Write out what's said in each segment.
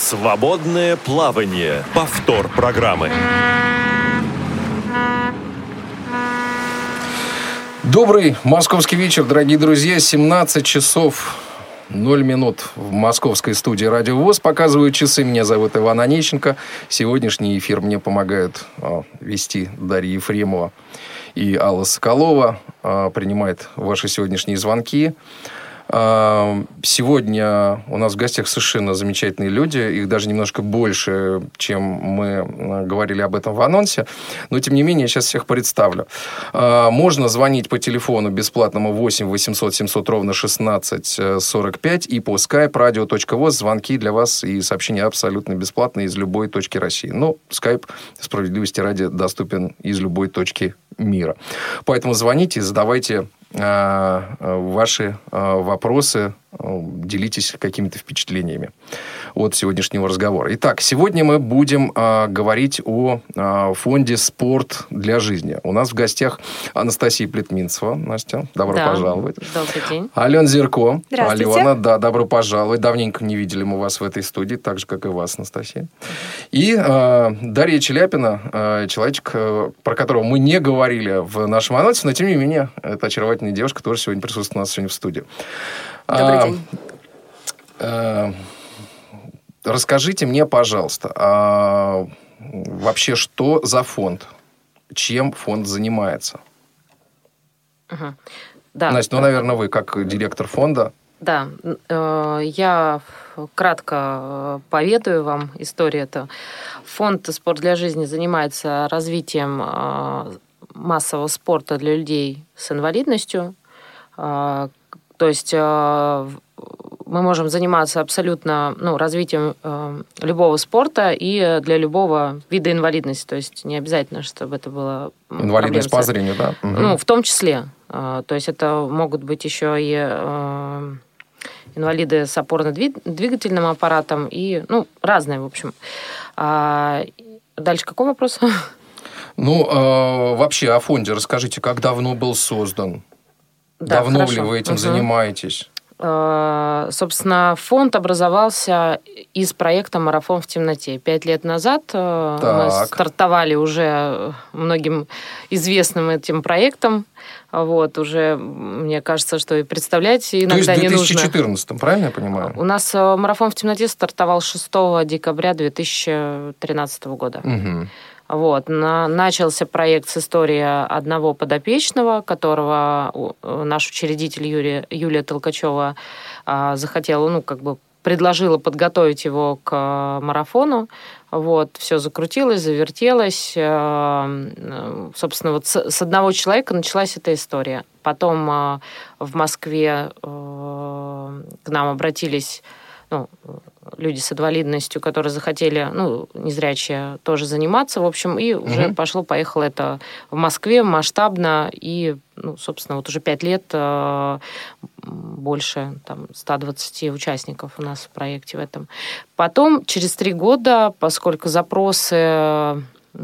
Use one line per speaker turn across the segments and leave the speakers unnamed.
Свободное плавание. Повтор программы.
Добрый московский вечер, дорогие друзья. 17 часов 0 минут в московской студии «Радио ВОС». Показывают часы. Меня зовут Иван Онищенко. Сегодняшний эфир мне помогают вести Дарья Ефремова и Алла Соколова. Принимает ваши сегодняшние звонки. Сегодня у нас в гостях совершенно замечательные люди. Их даже немножко больше, чем мы говорили об этом в анонсе. Но, тем не менее, я сейчас всех представлю. Можно звонить по телефону бесплатному 8 800 700 ровно 16 45 и по skype radio.voz. Звонки для вас и сообщения абсолютно бесплатные из любой точки России. Но skype, справедливости ради, доступен из любой точки мира. Поэтому звоните, задавайте ваши вопросы, делитесь какими-то впечатлениями от сегодняшнего разговора. Итак, сегодня мы будем говорить о фонде «Спорт для жизни». У нас в гостях Анастасия Плетминцева. Настя, добро пожаловать.
Добрый день.
Алена Зерко.
Здравствуйте.
Алена, да, добро пожаловать. Давненько не видели мы вас в этой студии, так же, как и вас, Анастасия. И Дарья Челяпина, человечек, про которого мы не говорили в нашем анонсе, но, тем не менее, это очаровательная девушка, тоже сегодня присутствует у нас сегодня в студии.
Добрый день.
Расскажите мне, пожалуйста, вообще, что за фонд? Чем фонд занимается?
Угу. Да.
Настя, наверное, вы как директор фонда.
Да, я кратко поведаю вам историю эту. Фонд «Спорт для жизни» занимается развитием массового спорта для людей с инвалидностью. То есть мы можем заниматься абсолютно развитием любого спорта и для любого вида инвалидности. То есть не обязательно, чтобы это было...
Инвалидность по зрению, да?
Угу. В том числе. То есть это могут быть еще и инвалиды с опорно-двигательным аппаратом и разные, в общем. Дальше какой вопрос?
Вообще о фонде расскажите, как давно был создан?
Да,
давно
хорошо.
ли вы этим занимаетесь?
Собственно, фонд образовался из проекта «Марафон в темноте». 5 лет назад мы стартовали уже многим известным этим проектом. Уже, мне кажется, что и представлять иногда не нужно.
То есть в 2014, правильно я понимаю?
У нас «Марафон в темноте» стартовал 6 декабря 2013 года.
Угу.
Начался проект с истории одного подопечного, которого наш учредитель Юлия Толкачева захотела, предложила подготовить его к марафону. Все закрутилось, завертелось. Собственно, с одного человека началась эта история. Потом в Москве к нам обратились люди с инвалидностью, которые захотели, незрячие, тоже заниматься, в общем, и уже пошло-поехало это в Москве масштабно, и, собственно, уже 5 лет больше 120 участников у нас в проекте в этом. Потом, через 3 года, поскольку запросы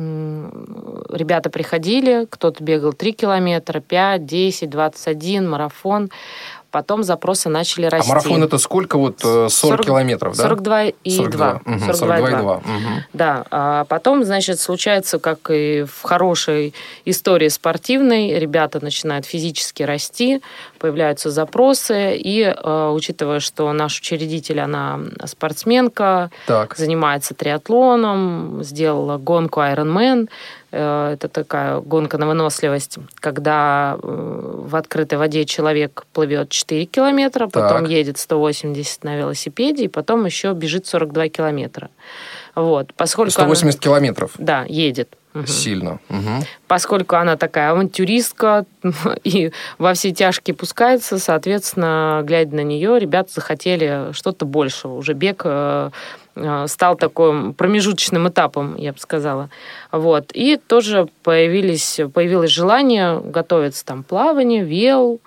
ребята приходили, кто-то бегал 3 километра, 5, 10, 21, марафон. Потом запросы начали расти.
А марафон это сколько? 40 километров, да?
42,2.
42,2.
Да. А потом, случается, как и в хорошей истории спортивной, ребята начинают физически расти, появляются запросы, и учитывая, что наш учредитель, она спортсменка, занимается триатлоном, сделала гонку Ironman. Это такая гонка на выносливость, когда в открытой воде человек плывет 4 километра, потом едет 180 на велосипеде, и потом еще бежит 42 километра. Поскольку
180 километров?
Да, едет.
Сильно.
Поскольку она такая авантюристка и во все тяжкие пускается, соответственно, глядя на нее, ребята захотели что-то большего. Уже бег стал таким промежуточным этапом, я бы сказала. И тоже появилось желание готовиться плавание, вел,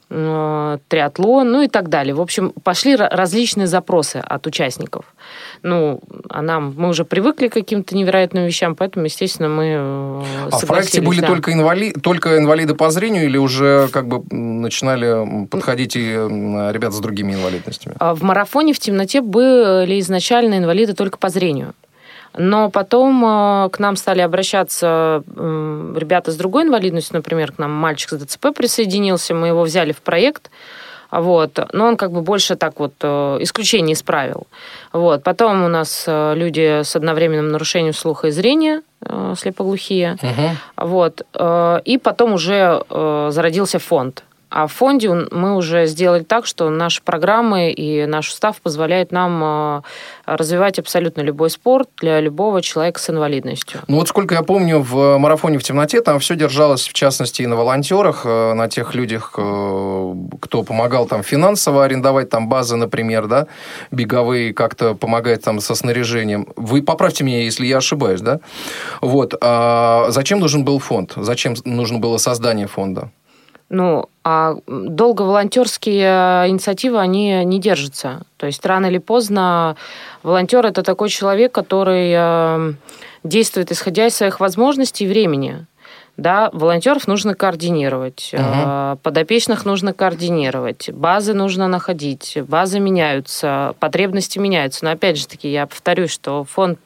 триатлон, ну и так далее. В общем, пошли различные запросы от участников. Ну, мы уже привыкли к каким-то невероятным вещам, поэтому, естественно, мы согласились.
А в проекте были только инвалиды по зрению или уже как бы начинали подходить и ребята с другими инвалидностями?
В марафоне в темноте были изначально инвалиды только по зрению. Но потом к нам стали обращаться ребята с другой инвалидностью, например, к нам мальчик с ДЦП присоединился, мы его взяли в проект, вот, но он как бы больше так вот исключение из правил. Вот. Потом у нас люди с одновременным нарушением слуха и зрения, слепоглухие, вот, и потом уже зародился фонд. А в фонде мы уже сделали так, что наши программы и наш устав позволяют нам развивать абсолютно любой спорт для любого человека с инвалидностью.
Ну вот сколько я помню, в марафоне в темноте там все держалось, в частности, и на волонтерах, на тех людях, кто помогал там финансово арендовать там базы, например, да, беговые, как-то помогать там со снаряжением. Вы поправьте меня, если я ошибаюсь, да? Вот. А зачем нужен был фонд? Зачем нужно было создание фонда?
Ну, а долго волонтерские инициативы, они не держатся. То есть рано или поздно волонтер – это такой человек, который действует исходя из своих возможностей и времени. Да, волонтеров нужно координировать, подопечных нужно координировать, базы нужно находить, базы меняются, потребности меняются. Но опять же таки, я повторюсь, что фонд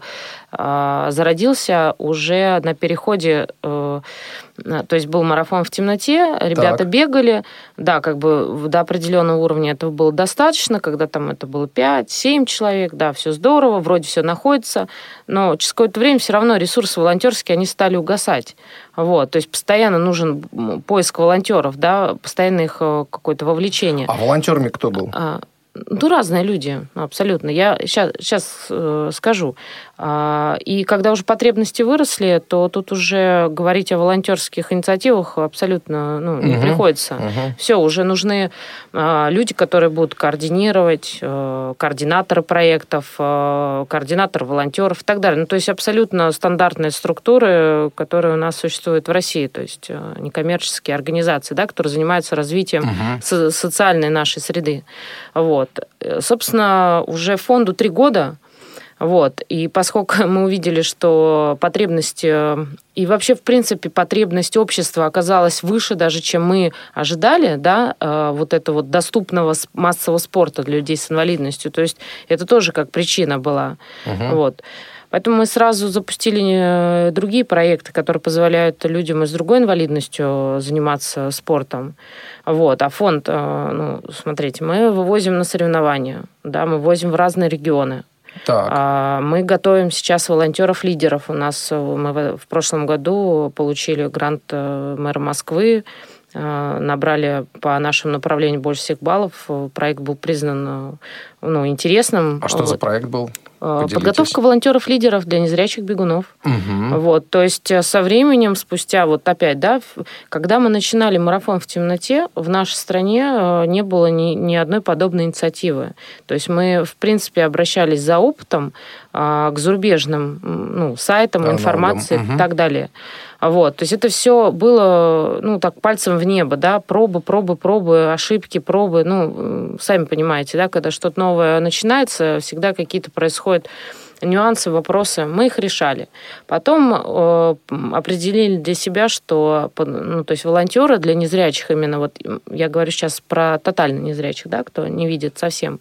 зародился уже на переходе, то есть был марафон в темноте, ребята бегали, да, как бы до определенного уровня этого было достаточно, когда там это было 5-7 человек, да, все здорово, вроде все находится, но через какое-то время все равно ресурсы волонтерские, они стали угасать. Вот, то есть постоянно нужен поиск волонтеров, да, постоянно их какое-то вовлечение.
А волонтерами кто был?
Ну, разные люди, абсолютно. Я сейчас скажу. И когда уже потребности выросли, то тут уже говорить о волонтерских инициативах абсолютно не приходится. Все, уже нужны люди, которые будут координировать, координаторы проектов, координаторы волонтеров и так далее. Ну, то есть абсолютно стандартные структуры, которые у нас существуют в России, то есть некоммерческие организации, да, которые занимаются развитием социальной нашей среды. Вот. Собственно, уже фонду 3 года. Вот. И поскольку мы увидели, что потребность и вообще, в принципе, потребность общества оказалась выше даже, чем мы ожидали, да, вот этого вот доступного массового спорта для людей с инвалидностью. То есть это тоже как причина была. Вот. Поэтому мы сразу запустили другие проекты, которые позволяют людям с другой инвалидностью заниматься спортом. Вот. А фонд, смотрите, мы вывозим на соревнования, да, мы возим в разные регионы. Так. Мы готовим сейчас волонтеров-лидеров. Мы в прошлом году получили грант мэра Москвы, набрали по нашему направлению больше всех баллов. Проект был признан интересным.
А что за проект был? Поделитесь.
Подготовка волонтеров-лидеров для незрячих бегунов. Вот, то есть со временем, спустя вот опять, да, когда мы начинали марафон в темноте, в нашей стране не было ни одной подобной инициативы. То есть мы, в принципе, обращались за опытом к зарубежным сайтам, информации и так далее. Вот, то есть это все было, так, пальцем в небо, да, пробы, ошибки, пробы, сами понимаете, да, когда что-то новое начинается, всегда какие-то происходят нюансы, вопросы, мы их решали. Потом определили для себя, что, то есть волонтеры для незрячих именно, вот я говорю сейчас про тотально незрячих, да, кто не видит совсем,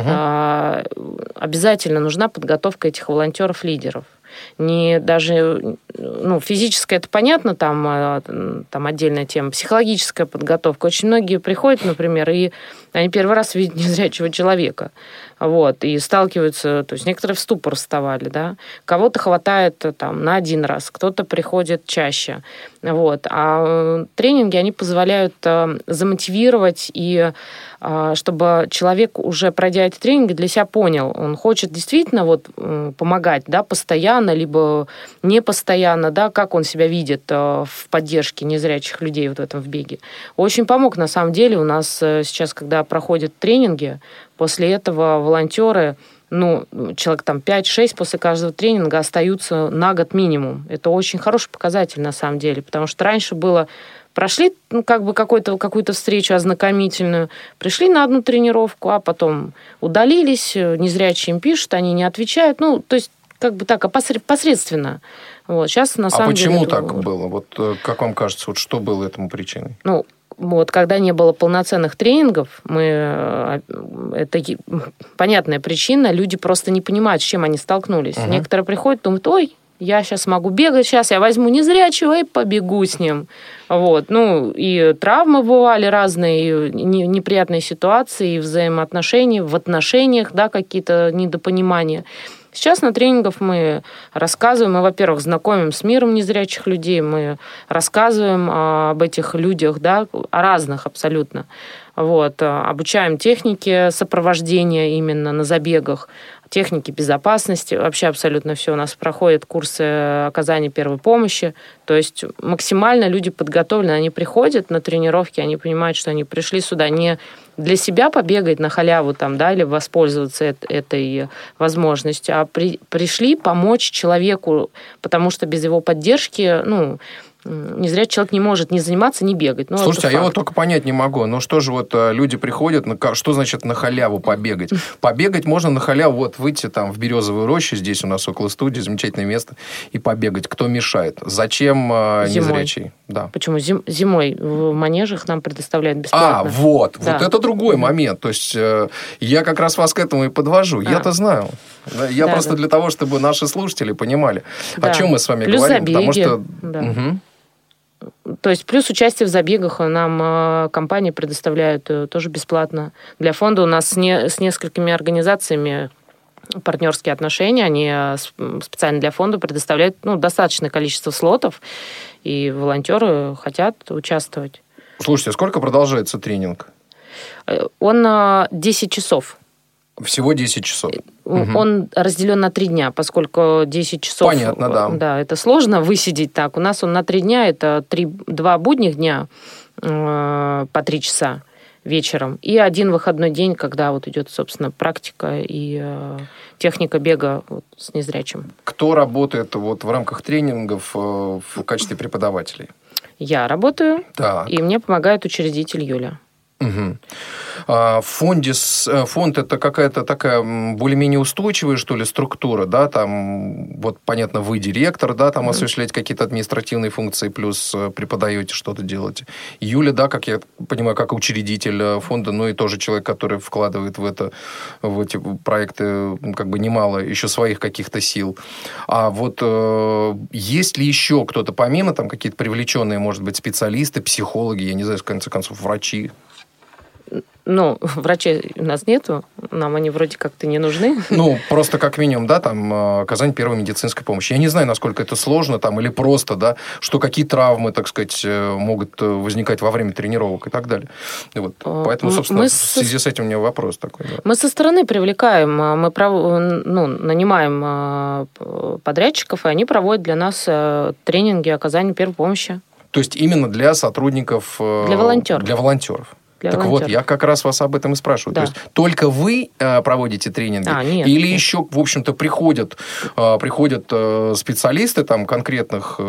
обязательно нужна подготовка этих волонтеров-лидеров. Не даже, физическая, это понятно, там отдельная тема, психологическая подготовка. Очень многие приходят, например, и они первый раз видят незрячего человека, вот, и сталкиваются, то есть некоторые в ступор вставали, да, кого-то хватает там на 1 раз, кто-то приходит чаще, вот, а тренинги, они позволяют замотивировать и чтобы человек, уже пройдя эти тренинги, для себя понял, он хочет действительно помогать, да, постоянно, либо не постоянно, да, как он себя видит в поддержке незрячих людей в этом беге. Очень помог, на самом деле, у нас сейчас, когда проходят тренинги, после этого волонтеры, человек там 5-6 после каждого тренинга остаются на год минимум. Это очень хороший показатель, на самом деле, потому что раньше было прошли как бы какую-то встречу ознакомительную, пришли на одну тренировку, а потом удалились, незрячие им пишут, они не отвечают. Ну, то есть как бы так, посредственно. Вот. Сейчас, на самом деле...
почему так было? Вот как вам кажется, вот что было этому причиной?
Ну, вот, когда не было полноценных тренингов, это понятная причина, люди просто не понимают, с чем они столкнулись. Угу. Некоторые приходят, думают, ой, я сейчас могу бегать, сейчас я возьму незрячего и побегу с ним. Вот. Ну, и травмы бывали разные, и неприятные ситуации, и взаимоотношения, в отношениях, да, какие-то недопонимания. Сейчас на тренингах мы рассказываем, мы, во-первых, знакомим с миром незрячих людей, мы рассказываем об этих людях, да, о разных абсолютно. Вот. Обучаем технике сопровождения именно на забегах, техники безопасности, вообще абсолютно все. У нас проходят курсы оказания первой помощи, то есть максимально люди подготовлены, они приходят на тренировки, они понимают, что они пришли сюда не для себя побегать на халяву там, да, или воспользоваться этой возможностью, а пришли помочь человеку, потому что без его поддержки, ну, незрячий человек не может ни заниматься, ни бегать. Ну,
слушайте, я вот только понять не могу. Ну что же вот люди приходят, что значит на халяву побегать? Побегать можно на халяву, вот выйти там в Березовую рощу, здесь у нас около студии, замечательное место, и побегать. Кто мешает? Зачем незрячий? Да.
Почему? Зимой в манежах нам предоставляют бесплатно.
Вот это другой момент. То есть я как раз вас к этому и подвожу. Я-то знаю. Я просто для того, чтобы наши слушатели понимали, о чем мы с вами
плюс
говорим.
Забеги.
Потому что...
Угу. То есть плюс участие в забегах нам компании предоставляют тоже бесплатно. Для фонда у нас с несколькими организациями партнерские отношения. Они специально для фонда предоставляют достаточное количество слотов, и волонтеры хотят участвовать.
Слушайте, сколько продолжается тренинг?
Он 10 часов.
Всего 10 часов.
Он разделен на 3 дня, поскольку 10 часов...
Понятно, да.
Да, это сложно высидеть так. У нас он на 3 дня, это 2 будних дня по 3 часа вечером, и 1 выходной день, когда вот идет, собственно, практика и техника бега с незрячим.
Кто работает вот в рамках тренингов в качестве преподавателей?
Я работаю,
так.
И мне помогает учредитель Юля.
Угу. Фонд это какая-то такая более-менее устойчивая, что ли, структура, да, там, вот, понятно, вы директор, да, там осуществляете какие-то административные функции, плюс преподаете, что-то делаете. Юля, да, как я понимаю, как учредитель фонда, но и тоже человек, который вкладывает в эти проекты как бы немало еще своих каких-то сил. А вот есть ли еще кто-то, помимо там какие-то привлеченные, может быть, специалисты, психологи, я не знаю, в конце концов, врачи?
Ну, врачей у нас нету, нам они вроде как-то не нужны.
Ну, просто как минимум, да, там, оказание первой медицинской помощи. Я не знаю, насколько это сложно, там, или просто, да, что какие травмы, так сказать, могут возникать во время тренировок и так далее. И вот, поэтому, собственно, в связи с этим у меня вопрос такой. Да.
Мы со стороны привлекаем, мы нанимаем подрядчиков, и они проводят для нас тренинги оказания первой помощи.
То есть именно для сотрудников...
Для волонтеров.
Для волонтеров. Так вот, я как раз вас об этом и спрашиваю. Да. То есть только вы проводите тренинги?
Нет,
или еще, в общем-то, приходят специалисты там, в конкретных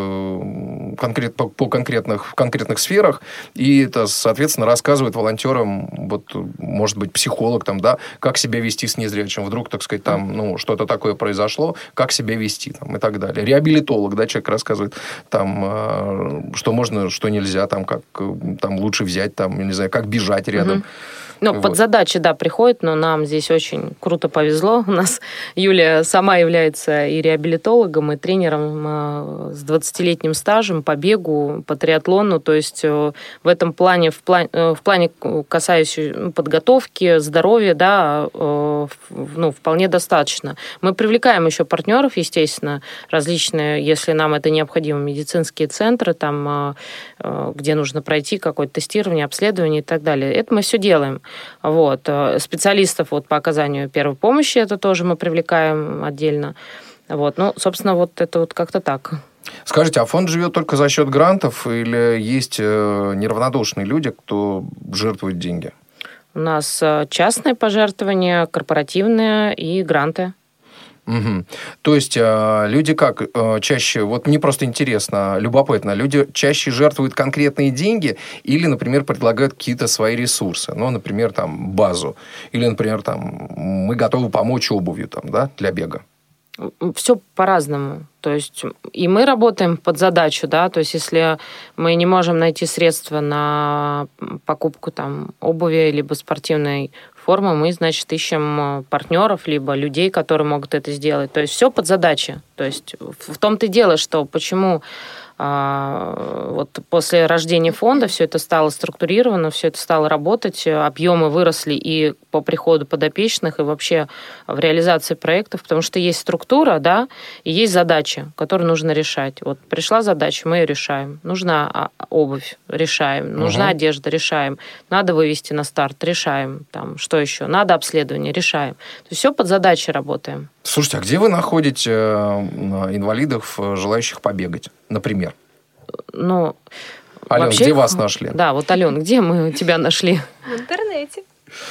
сферах, и это, соответственно, рассказывают волонтерам, вот, может быть, психолог, там, да, как себя вести с незрячим. Вдруг, так сказать, там, что-то такое произошло, как себя вести там, и так далее. Реабилитолог, да, человек рассказывает, там, что можно, что нельзя, там, как там, лучше взять, там, не знаю, как бежать рядом.
Ну, вот. Под задачи, да, приходит, но нам здесь очень круто повезло. У нас Юлия сама является и реабилитологом, и тренером с 20-летним стажем по бегу, по триатлону. То есть в этом плане, в плане касающейся подготовки, здоровья, да, вполне достаточно. Мы привлекаем еще партнеров, естественно, различные, если нам это необходимо, медицинские центры, там, где нужно пройти какое-то тестирование, обследование и так далее. Это мы все делаем. Вот. Специалистов вот по оказанию первой помощи, это тоже мы привлекаем отдельно. Вот. Ну, собственно, вот это вот как-то так.
Скажите, а фонд живет только за счет грантов или есть неравнодушные люди, кто жертвует деньги?
У нас частные пожертвования, корпоративные и гранты.
Угу. То есть люди как чаще, вот мне просто интересно, любопытно, люди чаще жертвуют конкретные деньги или, например, предлагают какие-то свои ресурсы, ну, например, там, базу, или, например, там, мы готовы помочь обувью там, да, для бега?
Все по-разному. То есть и мы работаем под задачу, да, то есть если мы не можем найти средства на покупку там обуви либо спортивной формы, мы, значит, ищем партнеров либо людей, которые могут это сделать. То есть все под задачи. То есть в том-то и дело, что почему вот после рождения фонда все это стало структурировано, все это стало работать, объемы выросли и по приходу подопечных, и вообще в реализации проектов, потому что есть структура, да, и есть задачи, которые нужно решать. Вот пришла задача, мы ее решаем. Нужна обувь, решаем. Нужна одежда, решаем. Надо вывести на старт, решаем. Там, что еще? Надо обследование, решаем. То есть все под задачей работаем.
Слушайте, а где вы находите инвалидов, желающих побегать, например?
Ну,
Ален,
вообще,
где вас нашли?
Да, вот, Ален, где мы тебя нашли?
В интернете.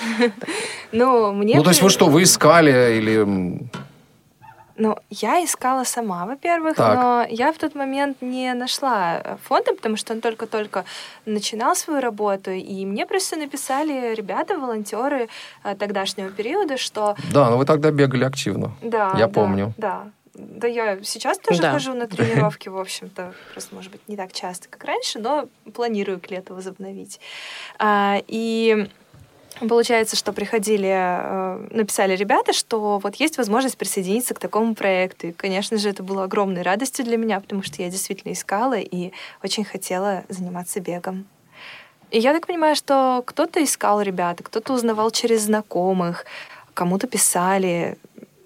Ну,
то есть вы что, вы искали или...
Ну, я искала сама, во-первых,
так.
Но я в тот момент не нашла фонда, потому что он только-только начинал свою работу, и мне просто написали ребята, волонтеры тогдашнего периода, что...
Да, но вы тогда бегали активно.
Да,
я помню.
Да. Да, я сейчас тоже хожу на тренировки, в общем-то, просто, может быть, не так часто, как раньше, но планирую к лету возобновить. И получается, что написали ребята, что вот есть возможность присоединиться к такому проекту. И, конечно же, это было огромной радостью для меня, потому что я действительно искала и очень хотела заниматься бегом. И я так понимаю, что кто-то искал ребят, кто-то узнавал через знакомых, кому-то писали.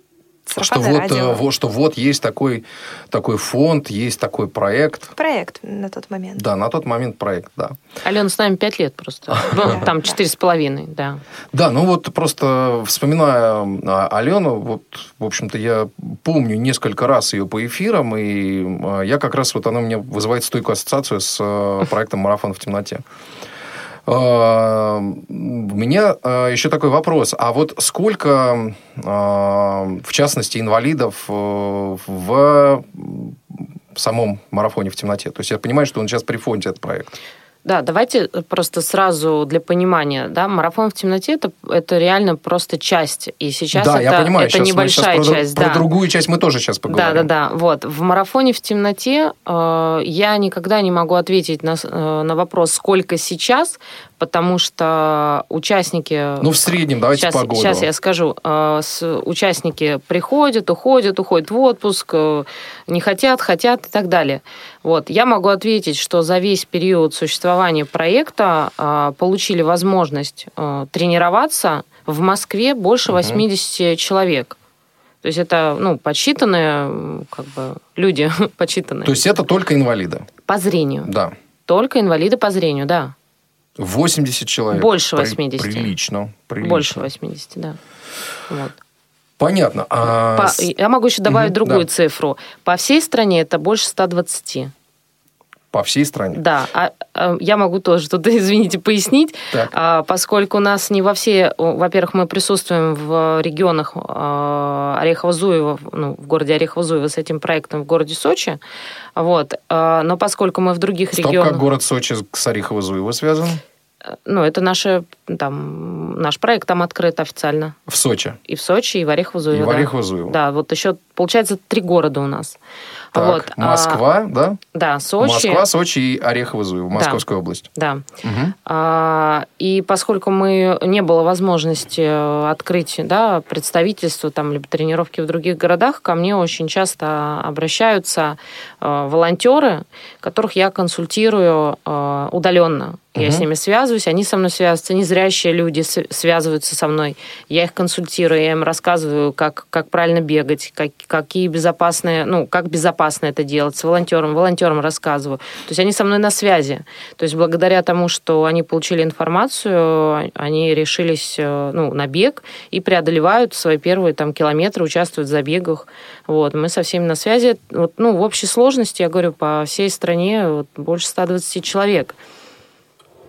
Что вот есть такой фонд, есть такой проект.
Проект на тот момент.
Да, на тот момент проект, да.
Алена с нами 5 лет просто. Ну, там 4,5, да.
Да, ну вот просто вспоминая Алену, вот, в общем-то, я помню несколько раз ее по эфирам, и я как раз, вот она у меня вызывает стойкую ассоциацию с проектом «Марафон в темноте». У меня еще такой вопрос. А вот сколько, в частности, инвалидов в самом «Марафоне в темноте»? То есть я понимаю, что он сейчас при фонде, этот проект.
Да, давайте просто сразу для понимания, да, «Марафон в темноте» это реально просто часть, и сейчас
да, я понимаю,
это небольшая часть.
Про другую часть мы тоже сейчас поговорим.
Да. Вот в «Марафоне в темноте» я никогда не могу ответить на вопрос, сколько сейчас, потому что участники...
Ну, в среднем, давайте по году.
Сейчас я скажу. Участники приходят, уходят в отпуск, не хотят и так далее. Вот. Я могу ответить, что за весь период существования проекта получили возможность тренироваться в Москве больше 80 человек. То есть это, подсчитанные, люди подсчитанные.
То есть это только инвалиды?
По зрению.
Да.
Только инвалиды по зрению, да.
80 человек.
Больше 80.
Прилично.
Больше 80, да. Вот.
Понятно.
Я могу еще добавить другую цифру. По всей стране это больше 120.
По всей стране?
Да. Я могу тоже тут, извините, пояснить. Поскольку у нас не во все... Во-первых, мы присутствуем в регионах Орехово-Зуево, в городе Орехово-Зуево с этим проектом в городе Сочи. Вот. Но поскольку мы в других регионах...
Как город Сочи с Орехово-Зуево связан?
Это наш проект там открыт официально.
В Сочи?
И в Сочи, и в Орехово-Зуево.
И в Орехово-Зуево.
Да, вот еще, получается, 3 города у нас.
Так,
вот.
Москва, да?
Да, Сочи.
Москва, Сочи и Орехово-Зуево, Московская область.
Да.
Угу.
И поскольку не было возможности открыть представительство либо тренировки в других городах, ко мне очень часто обращаются волонтеры, которых я консультирую удаленно. Я с ними связываюсь, они со мной связываются, незрящие люди связываются со мной. Я их консультирую, я им рассказываю, как правильно бегать, какие безопасные, как безопасно это делать, с волонтерам рассказываю. То есть они со мной на связи. То есть благодаря тому, что они получили информацию, они решились на бег и преодолевают свои первые километры, участвуют в забегах. Вот. Мы со всеми на связи. В общей сложности, я говорю, по всей стране больше 120 человек.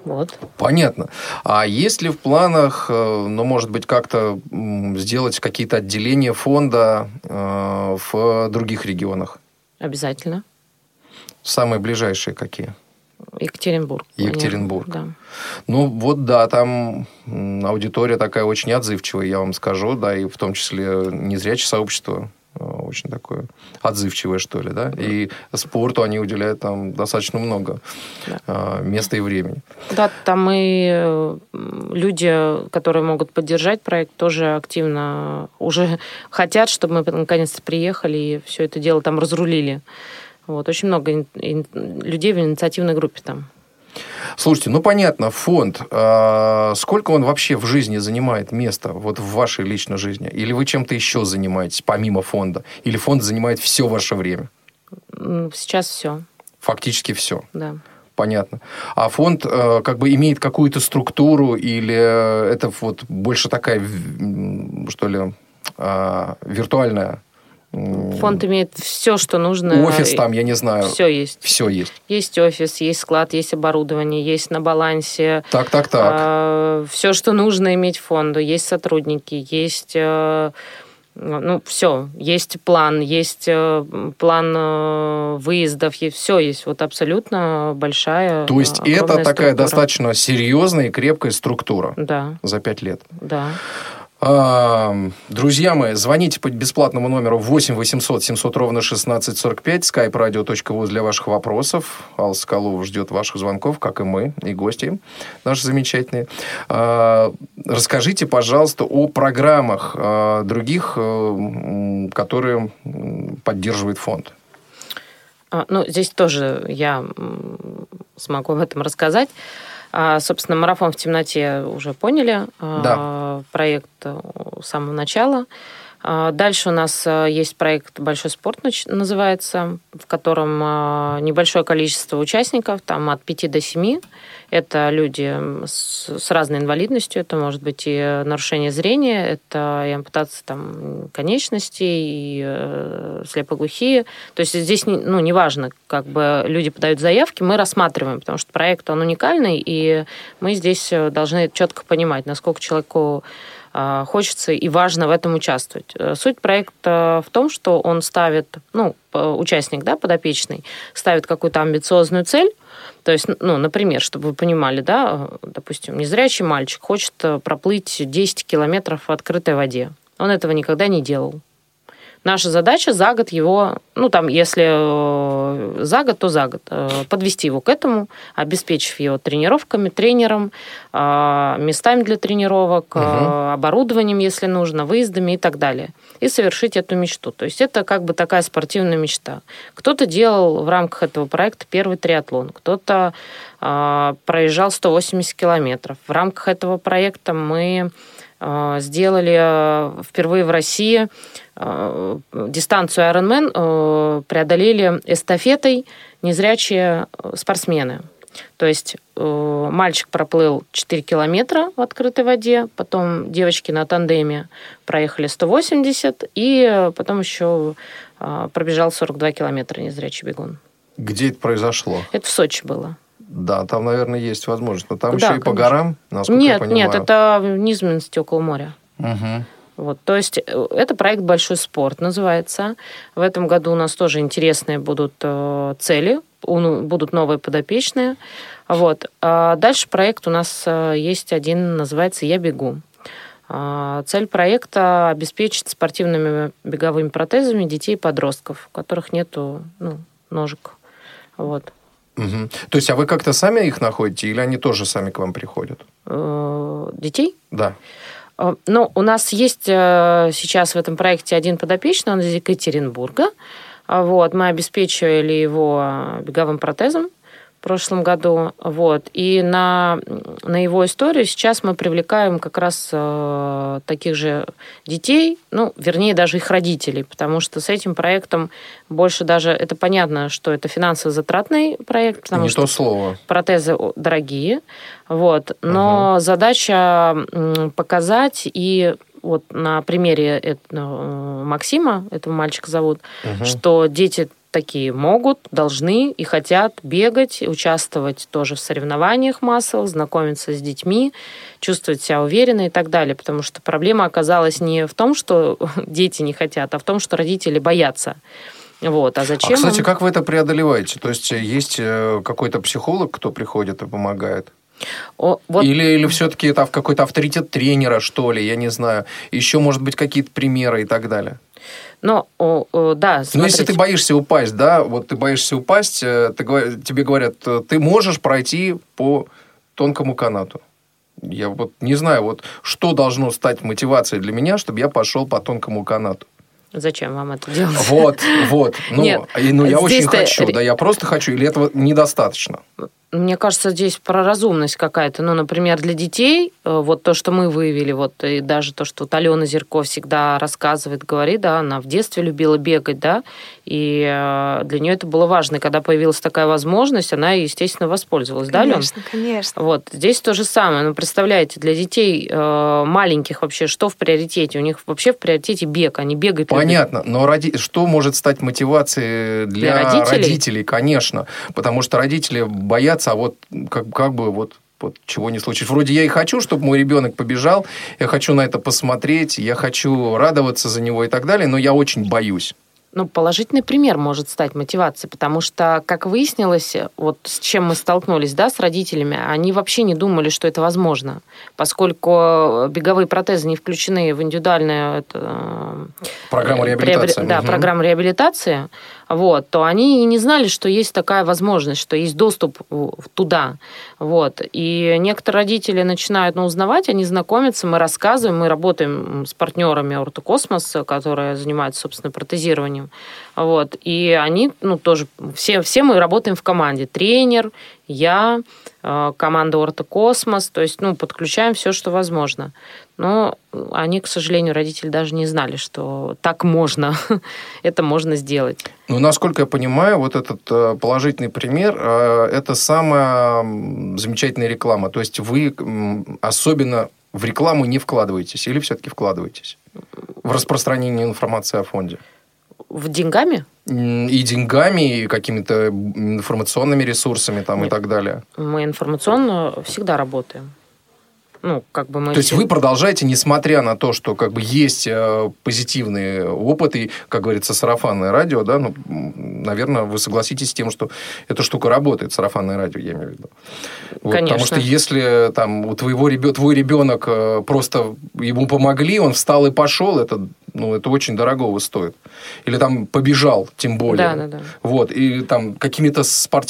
Вот.
Понятно. А есть ли в планах, может быть, как-то сделать какие-то отделения фонда в других регионах?
Обязательно.
Самые ближайшие какие?
Екатеринбург.
Екатеринбург.
Да.
Там аудитория такая очень отзывчивая, я вам скажу, да, и в том числе незрячее сообщество очень такое отзывчивое, что ли, да, и спорту они уделяют там достаточно много места и времени.
Да, там и люди, которые могут поддержать проект, тоже активно уже хотят, чтобы мы наконец-то приехали и все это дело там разрулили. Вот, очень много людей в инициативной группе там.
Слушайте, понятно, фонд, сколько он вообще в жизни занимает места, вот в вашей личной жизни? Или вы чем-то еще занимаетесь, помимо фонда? Или фонд занимает все ваше время?
Сейчас все.
Фактически все?
Да.
Понятно. А фонд имеет какую-то структуру, или это вот больше такая, что ли, виртуальная?
Фонд имеет все, что нужно.
Офис там, я не знаю.
Все есть.
Все есть.
Есть офис, есть склад, есть оборудование, есть на балансе.
Так.
Все, что нужно иметь фонду. Есть сотрудники, есть... все. Есть план выездов, все есть. Вот абсолютно большая.
То есть это такая достаточно серьезная и крепкая структура.
Да.
За 5 лет.
Да.
Друзья мои, звоните по бесплатному номеру 8 800 700 ровно 1645, skype-radio.voz для ваших вопросов. Алла Соколова ждет ваших звонков, как и мы, и гости наши замечательные. Расскажите, пожалуйста, о программах других, которые поддерживает фонд.
Здесь тоже я смогу об этом рассказать. Собственно, «Марафон в темноте» уже поняли. Да. Проект с самого начала. Дальше у нас есть проект «Большой спорт» называется, в котором небольшое количество участников, там от 5 до 7. Это люди с разной инвалидностью. Это может быть и нарушение зрения, это и ампутация конечностей, и слепоглухие. То есть здесь неважно, люди подают заявки, мы рассматриваем, потому что проект, он уникальный, и мы здесь должны четко понимать, насколько человеку хочется и важно в этом участвовать. Суть проекта в том, что он ставит, участник, подопечный, ставит какую-то амбициозную цель. То есть, например, чтобы вы понимали, допустим, незрячий мальчик хочет проплыть 10 километров в открытой воде. Он этого никогда не делал. Наша задача за год его, если за год, то за год, подвести его к этому, обеспечив его тренировками, тренером, местами для тренировок, оборудованием, если нужно, выездами и так далее. И совершить эту мечту. То есть это такая спортивная мечта. Кто-то делал в рамках этого проекта первый триатлон, кто-то проезжал 180 километров. В рамках этого проекта мы сделали впервые в России дистанцию Ironman, преодолели эстафетой незрячие спортсмены. То есть мальчик проплыл 4 километра в открытой воде, потом девочки на тандеме проехали 180, и потом еще пробежал 42 километра незрячий бегун.
Где это произошло?
Это в Сочи было.
Да, там, наверное, есть возможность. Но там еще и по горам, насколько я понимаю.
Нет, это в низменности около моря.
Угу.
Вот, то есть это проект «Большой спорт» называется. В этом году у нас тоже интересные будут цели, будут новые подопечные. Вот. А дальше проект у нас есть один, называется «Я бегу». Цель проекта – обеспечить спортивными беговыми протезами детей и подростков, у которых нету ножек. Вот.
Угу. То есть, а вы как-то сами их находите, или они тоже сами к вам приходят?
Детей?
Да.
У нас есть сейчас в этом проекте один подопечный, он из Екатеринбурга. Вот, мы обеспечивали его беговым протезом в прошлом году. Вот, и на его историю сейчас мы привлекаем как раз таких же детей, вернее, даже их родителей, потому что с этим проектом больше даже... Это понятно, что это финансово затратный проект, потому что протезы дорогие. Вот, но задача показать и... Вот на примере Максима, этого мальчика зовут, что дети такие могут, должны и хотят бегать, участвовать тоже в соревнованиях массовых, знакомиться с детьми, чувствовать себя уверенно и так далее. Потому что проблема оказалась не в том, что дети не хотят, а в том, что родители боятся. Вот. А зачем?
Кстати, как вы это преодолеваете? То есть есть какой-то психолог, кто приходит и помогает? Или все-таки это какой-то авторитет тренера, что ли, я не знаю. Еще, может быть, какие-то примеры и так далее.
Да, смотрите.
Но если ты боишься упасть, да, вот ты боишься упасть, тебе говорят, ты можешь пройти по тонкому канату. Я вот не знаю, вот что должно стать мотивацией для меня, чтобы я пошел по тонкому канату.
Зачем вам это делать?
Вот.
Нет,
я очень хочу, да, я просто хочу, или этого недостаточно?
Мне кажется, здесь про разумность какая-то. Ну, например, для детей, вот то, что мы выявили, вот и даже то, что вот Алена Зерко всегда рассказывает, говорит, да, она в детстве любила бегать, да, и для нее это было важно. И когда появилась такая возможность, она, естественно, воспользовалась, да, Ален?
Конечно.
Вот, здесь то же самое. Ну, представляете, для детей маленьких вообще что в приоритете? У них вообще в приоритете бег, они бегают.
Понятно, но что может стать мотивацией для родителей? Конечно, потому что родители боятся, а вот как бы вот чего не случится. Вроде я и хочу, чтобы мой ребенок побежал, я хочу на это посмотреть, я хочу радоваться за него и так далее, но я очень боюсь.
Ну, положительный пример может стать мотивацией, потому что, как выяснилось, вот с чем мы столкнулись, да, с родителями, они вообще не думали, что это возможно, поскольку беговые протезы не включены в индивидуальную
программу реабилитации.
Программу реабилитации, вот, то они и не знали, что есть такая возможность, что есть доступ туда. Вот. И некоторые родители начинают узнавать, они знакомятся, мы рассказываем, мы работаем с партнерами Ортокосмос, которые занимаются, собственно, протезированием. Вот. И они, тоже, все мы работаем в команде. Тренер, я, команда Ортокосмос, то есть, подключаем все, что возможно. Но они, к сожалению, родители даже не знали, что так можно, это можно сделать.
Насколько я понимаю, вот этот положительный пример, это самая замечательная реклама. То есть вы особенно в рекламу не вкладываетесь или все-таки вкладываетесь в распространение информации о фонде?
В деньгами?
И деньгами, и какими-то информационными ресурсами там, и так далее.
Мы информационно всегда работаем.
То есть вы продолжаете, несмотря на то, что есть позитивный опыт и, как говорится, сарафанное радио, да, наверное, вы согласитесь с тем, что эта штука работает, сарафанное радио, я имею в виду. Вот,
конечно.
Потому что если у твой ребенок просто ему помогли, он встал и пошел, это очень дорогого стоит. Или побежал, тем более.
Да.
Вот, и каким-то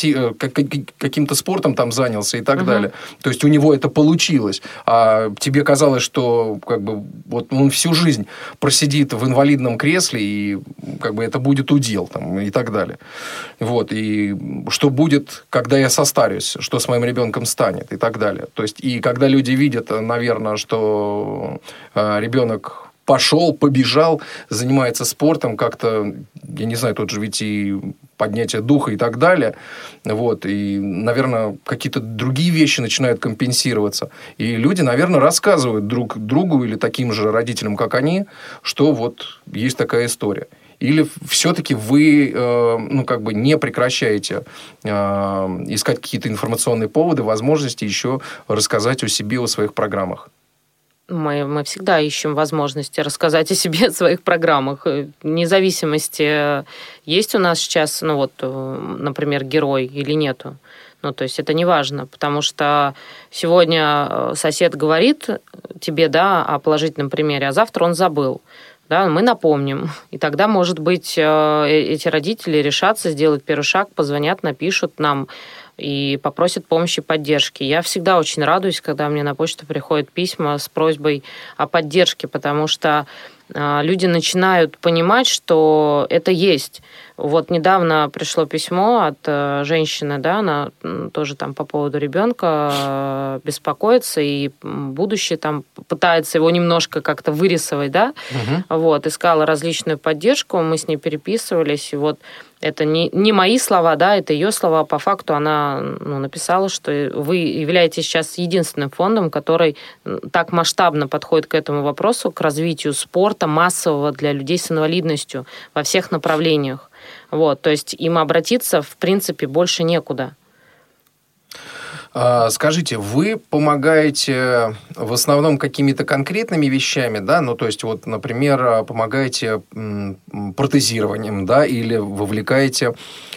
спортом занялся и так далее. То есть у него это получилось. А тебе казалось, что он всю жизнь просидит в инвалидном кресле, и это будет удел и так далее. Вот, и что будет, когда я состарюсь, что с моим ребенком станет и так далее. То есть, и когда люди видят, наверное, что ребенок пошел, побежал, занимается спортом, как-то, я не знаю, тут же ведь и поднятие духа и так далее. Вот. И, наверное, какие-то другие вещи начинают компенсироваться. И люди, наверное, рассказывают друг другу или таким же родителям, как они, что вот есть такая история. Или все-таки вы не прекращаете искать какие-то информационные поводы, возможности еще рассказать о себе, о своих программах?
Мы всегда ищем возможности рассказать о себе, о своих программах. Вне зависимости, есть у нас сейчас, например, герой или нету. То есть это не важно, потому что сегодня сосед говорит тебе, да, о положительном примере, а завтра он забыл. Да, мы напомним. И тогда, может быть, эти родители решатся сделать первый шаг, позвонят, напишут нам и попросят помощи и поддержки. Я всегда очень радуюсь, когда мне на почту приходят письма с просьбой о поддержке, потому что люди начинают понимать, что это есть. Вот недавно пришло письмо от женщины, да, она тоже по поводу ребенка беспокоится и будущее пытается его немножко как-то вырисовать, да, вот, искала различную поддержку, мы с ней переписывались, и вот это не мои слова, да, это ее слова. По факту она написала, что вы являетесь сейчас единственным фондом, который так масштабно подходит к этому вопросу, к развитию спорта массового для людей с инвалидностью во всех направлениях. Вот, то есть им обратиться, в принципе, больше некуда.
Скажите, вы помогаете в основном какими-то конкретными вещами, да? Ну, то есть, вот, например, помогаете протезированием, да, или вовлекаете,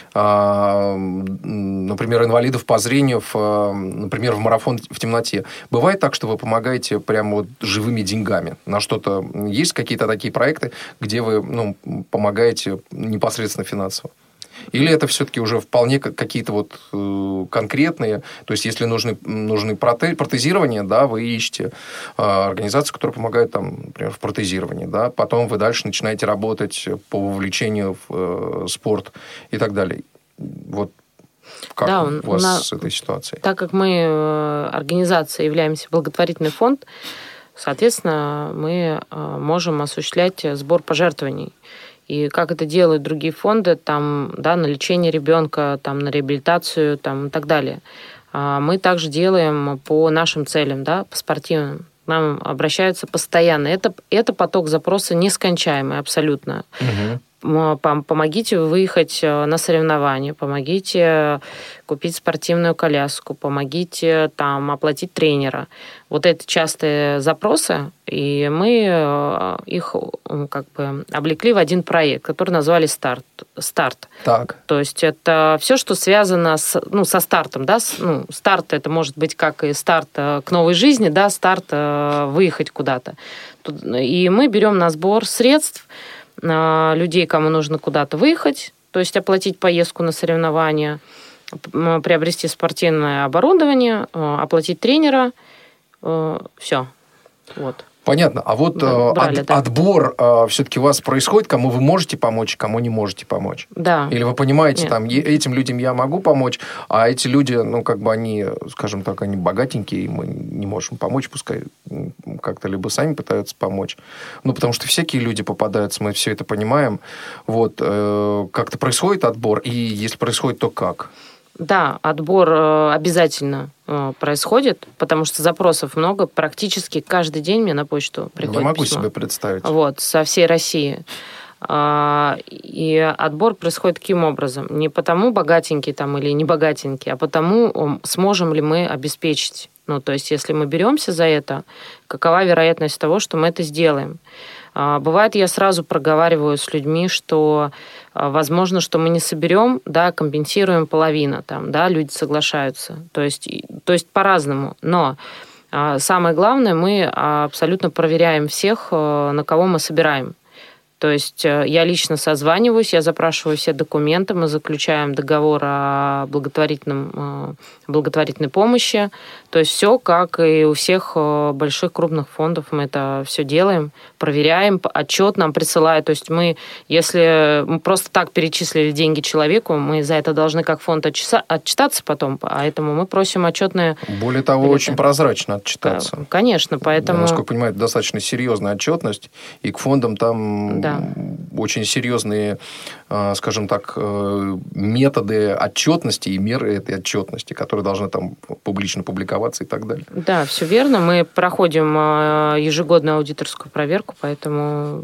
например, инвалидов по зрению, например, в марафон в темноте. Бывает так, что вы помогаете прямо вот живыми деньгами на что-то? Есть какие-то такие проекты, где вы помогаете непосредственно финансово? Или это все-таки уже вполне какие-то вот конкретные, то есть если нужны протезирования, да, вы ищете организацию, которая помогает, там, например, в протезировании, да, потом вы дальше начинаете работать по вовлечению в спорт и так далее. Вот как у вас с этой ситуацией?
Так как мы организация, являемся благотворительный фонд, соответственно, мы можем осуществлять сбор пожертвований. И как это делают другие фонды, там, да, на лечение ребенка, там, на реабилитацию, там, и так далее. Мы также делаем по нашим целям, да, по спортивным. К нам обращаются постоянно. Это поток запроса нескончаемый абсолютно. Угу. Помогите выехать на соревнования, помогите купить спортивную коляску, помогите там оплатить тренера. Вот это частые запросы, и мы их как бы облекли в один проект, который назвали «Старт». Так. То есть это все, что связано со стартом. Да? Старт это может быть как и старт к новой жизни, да, старт выехать куда-то. И мы берем на сбор средств людей, кому нужно куда-то выехать, то есть оплатить поездку на соревнования, приобрести спортивное оборудование, оплатить тренера, все. Вот.
Понятно. А вот отбор все-таки у вас происходит, кому вы можете помочь, кому не можете помочь?
Да.
Или вы понимаете, там, этим людям я могу помочь, а эти люди, они, скажем так, они богатенькие, и мы не можем помочь, пускай как-то либо сами пытаются помочь. Потому что всякие люди попадаются, мы все это понимаем. Вот. Как-то происходит отбор, и если происходит, то как?
Да, отбор обязательно происходит, потому что запросов много. Практически каждый день мне на почту приходит
письмо. Не могу
письмо.
себе представить.
Вот, со всей России. И отбор происходит таким образом. Не потому богатенький там или не богатенький, а потому, сможем ли мы обеспечить. То есть, если мы беремся за это, какова вероятность того, что мы это сделаем. Бывает, я сразу проговариваю с людьми, что возможно, что мы не соберем, да, компенсируем половину, там, да, люди соглашаются. То есть по-разному. Но самое главное, мы абсолютно проверяем всех, на кого мы собираем. То есть я лично созваниваюсь, я запрашиваю все документы, мы заключаем договор о благотворительной помощи. То есть все, как и у всех больших крупных фондов, мы это все делаем, проверяем, отчет нам присылают. То есть если мы просто так перечислили деньги человеку, мы за это должны как фонд отчитаться потом, поэтому мы просим отчетные...
Более того, очень прозрачно отчитаться.
Конечно, поэтому...
Насколько я понимаю, это достаточно серьезная отчетность, и к фондам там... Да. Очень серьезные, скажем так, методы отчетности и меры этой отчетности, которые должны там публично публиковаться и так далее.
Да, все верно. Мы проходим ежегодную аудиторскую проверку, поэтому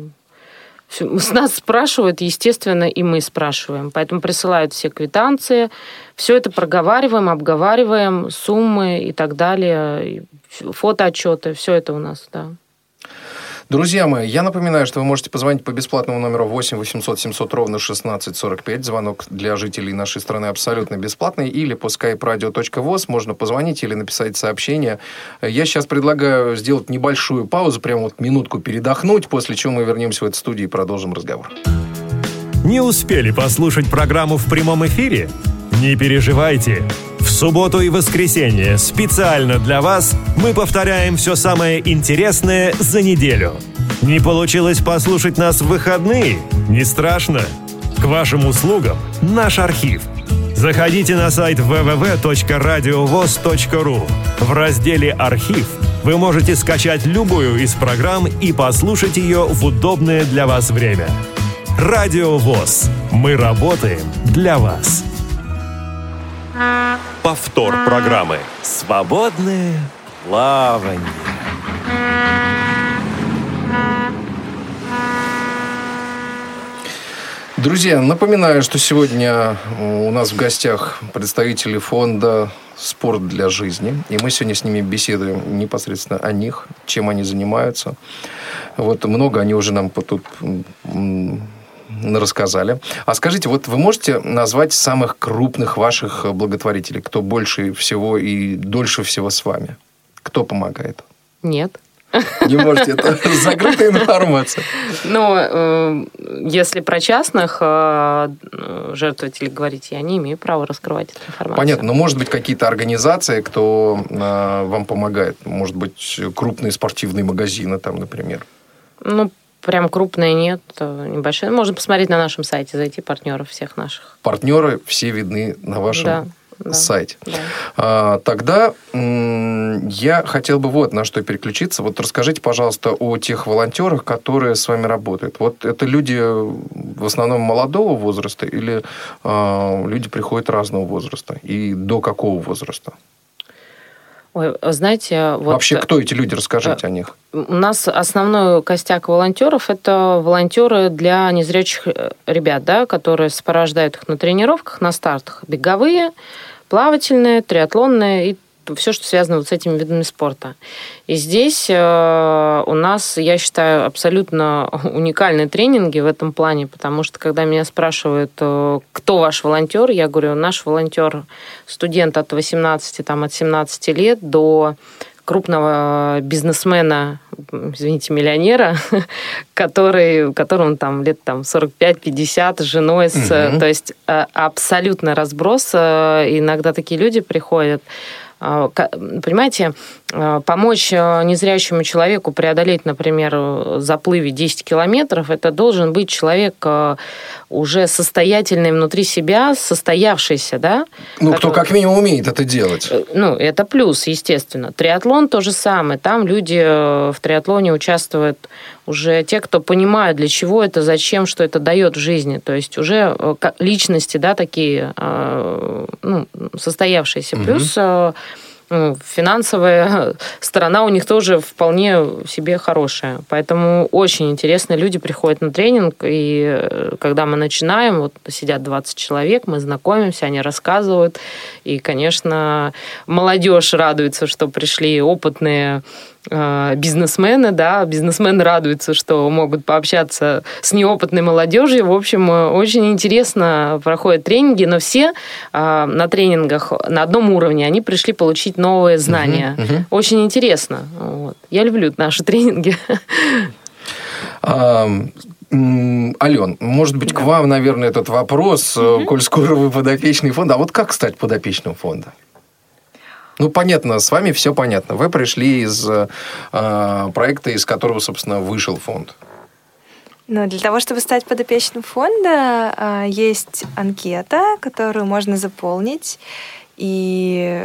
с нас спрашивают, естественно, и мы спрашиваем. Поэтому присылают все квитанции, все это проговариваем, обговариваем, суммы и так далее, фотоотчеты, все это у нас, да.
Друзья мои, я напоминаю, что вы можете позвонить по бесплатному номеру 8 800 700 ровно 1645. Звонок для жителей нашей страны абсолютно бесплатный. Или по skype-radio.voz можно позвонить или написать сообщение. Я сейчас предлагаю сделать небольшую паузу, прямо вот минутку передохнуть, после чего мы вернемся в эту студию и продолжим разговор.
Не успели послушать программу в прямом эфире? Не переживайте. В субботу и воскресенье специально для вас мы повторяем все самое интересное за неделю. Не получилось послушать нас в выходные? Не страшно. К вашим услугам наш архив. Заходите на сайт www.radiovoz.ru. В разделе «Архив» вы можете скачать любую из программ и послушать ее в удобное для вас время. Радио ВОС. Мы работаем для вас. Повтор программы «Свободное плавание».
Друзья, напоминаю, что сегодня у нас в гостях представители фонда «Спорт для жизни». И мы сегодня с ними беседуем непосредственно о них, чем они занимаются. Вот много они уже нам тут рассказали. А скажите, вот вы можете назвать самых крупных ваших благотворителей? Кто больше всего и дольше всего с вами? Кто помогает?
Нет.
Не можете, это закрытая информация.
Но если про частных жертвователей говорить, я не имею права раскрывать эту информацию.
Понятно, но может быть какие-то организации, кто вам помогает? Может быть, крупные спортивные магазины там, например?
Ну, прям крупные нет, небольшие. Можно посмотреть на нашем сайте, зайти партнеров всех наших.
Партнеры все видны на вашем сайте.
Да.
Тогда я хотел бы вот на что переключиться. Вот расскажите, пожалуйста, о тех волонтерах, которые с вами работают. Вот это люди в основном молодого возраста или люди приходят разного возраста? И до какого возраста?
Ой, знаете... Вот,
вообще, кто эти люди? Расскажите о них.
У нас основной костяк волонтеров – это волонтеры для незрячих ребят, да, которые сопровождают их на тренировках, на стартах. Беговые, плавательные, триатлонные и все, что связано вот с этими видами спорта. И здесь у нас, я считаю, абсолютно уникальные тренинги в этом плане, потому что, когда меня спрашивают, кто ваш волонтер, я говорю, наш волонтер студент от 18, там, от 17 лет до крупного бизнесмена, извините, миллионера, которому там лет там 45-50, с женой, то есть абсолютно разброс. Иногда такие люди приходят. Понимаете, помочь незрячему человеку преодолеть, например, в заплыве 10 километров, это должен быть человек уже состоятельный внутри себя, состоявшийся, да?
Ну, кто как минимум умеет это делать.
Ну, это плюс, естественно. Триатлон то же самое. Там люди в триатлоне участвуют уже те, кто понимают, для чего это, зачем, что это дает в жизни. То есть уже личности, да, такие, ну, состоявшиеся. Плюс финансовая сторона у них тоже вполне себе хорошая. Поэтому очень интересно. Люди приходят на тренинг, и когда мы начинаем, вот сидят 20 человек, мы знакомимся, они рассказывают. И, конечно, молодежь радуется, что пришли опытные бизнесмены, да, бизнесмены радуются, что могут пообщаться с неопытной молодежью. В общем, очень интересно проходят тренинги, но все на тренингах на одном уровне, они пришли получить новые знания. Очень интересно. Вот. Я люблю наши тренинги.
Ален, может быть, к вам, наверное, этот вопрос, коль скоро вы подопечный фонда. А вот как стать подопечным фонда? Ну, понятно, с вами все понятно. Вы пришли из проекта, из которого, собственно, вышел фонд.
Ну, для того, чтобы стать подопечным фонда, есть анкета, которую можно заполнить. И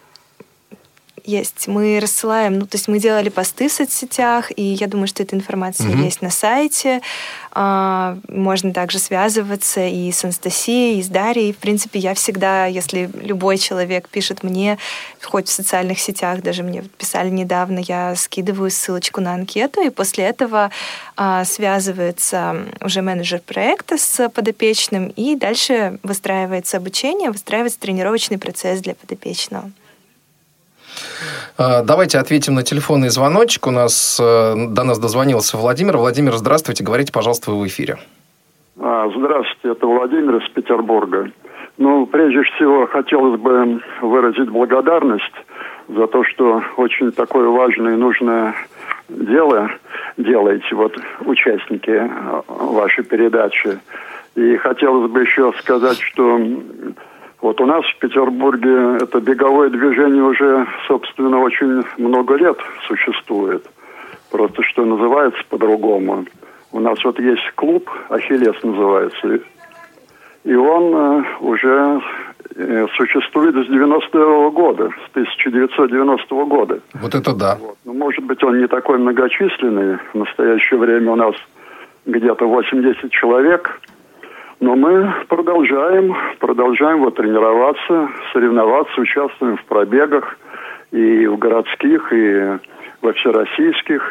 мы рассылаем, ну, то есть мы делали посты в соцсетях, и я думаю, что эта информация есть на сайте. Можно также связываться и с Анастасией, и с Дарьей. В принципе, я всегда, если любой человек пишет мне, хоть в социальных сетях, даже мне писали недавно, я скидываю ссылочку на анкету, и после этого связывается уже менеджер проекта с подопечным, и дальше выстраивается обучение, выстраивается тренировочный процесс для подопечного.
Давайте ответим на телефонный звоночек. До нас дозвонился Владимир. Владимир, здравствуйте. Говорите, пожалуйста, вы в эфире.
Здравствуйте, это Владимир из Петербурга. Ну, прежде всего, хотелось бы выразить благодарность за то, что очень такое важное и нужное дело делаете, вот, участники вашей передачи. И хотелось бы еще сказать, что вот у нас в Петербурге это беговое движение уже, собственно, очень много лет существует. Просто что называется по-другому. У нас вот есть клуб, «Ахиллес» называется, и он уже существует с 90-го года, с 1990 года.
Вот это да.
Вот. Ну, может быть, он не такой многочисленный. В настоящее время у нас где-то 80 человек. Но мы продолжаем вот тренироваться, соревноваться, участвуем в пробегах и в городских, и во всероссийских.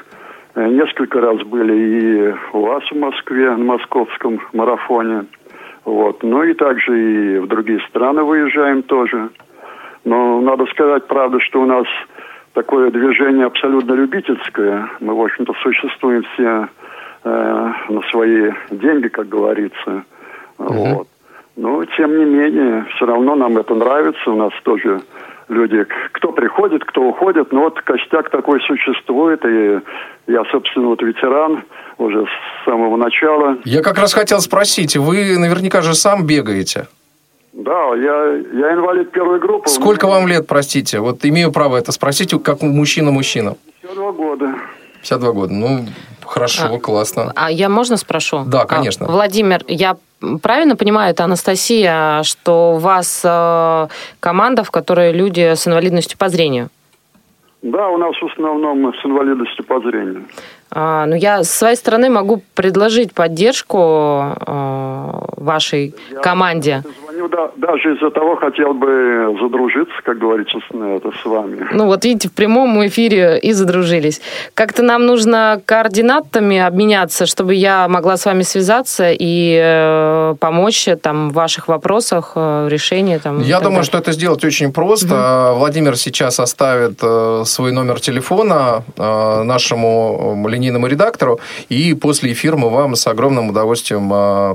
Несколько раз были и у вас в Москве, на московском марафоне. Вот. Ну и также и в другие страны выезжаем тоже. Но надо сказать, правда, что у нас такое движение абсолютно любительское. Мы, в общем-то, существуем все на свои деньги, как говорится. Вот. Но, тем не менее, все равно нам это нравится. У нас тоже люди, кто приходит, кто уходит. Но вот костяк такой существует. И я, собственно, вот ветеран уже с самого начала.
Я как раз хотел спросить, вы наверняка же сам бегаете?
Да, я инвалид первой группы.
Сколько вам лет, простите? Вот имею право это спросить, как мужчина.
52 года.
52 года. Ну, хорошо, классно.
А я можно спрошу?
Да, конечно.
Владимир, я правильно понимаю, это Анастасия, что у вас команда, в которой люди с инвалидностью по зрению?
Да, у нас в основном с инвалидностью по зрению.
Ну, я с своей стороны могу предложить поддержку вашей команде.
Звоню, да, даже из-за того, хотел бы задружиться, как говорится, с вами.
Ну, вот видите, в прямом эфире и задружились. Как-то нам нужно координатами обменяться, чтобы я могла с вами связаться и помочь там, в ваших вопросах, решении. Там,
я думаю, что это сделать очень просто. Владимир сейчас оставит свой номер телефона нашему линейному редактору, и после эфира мы вам с огромным удовольствием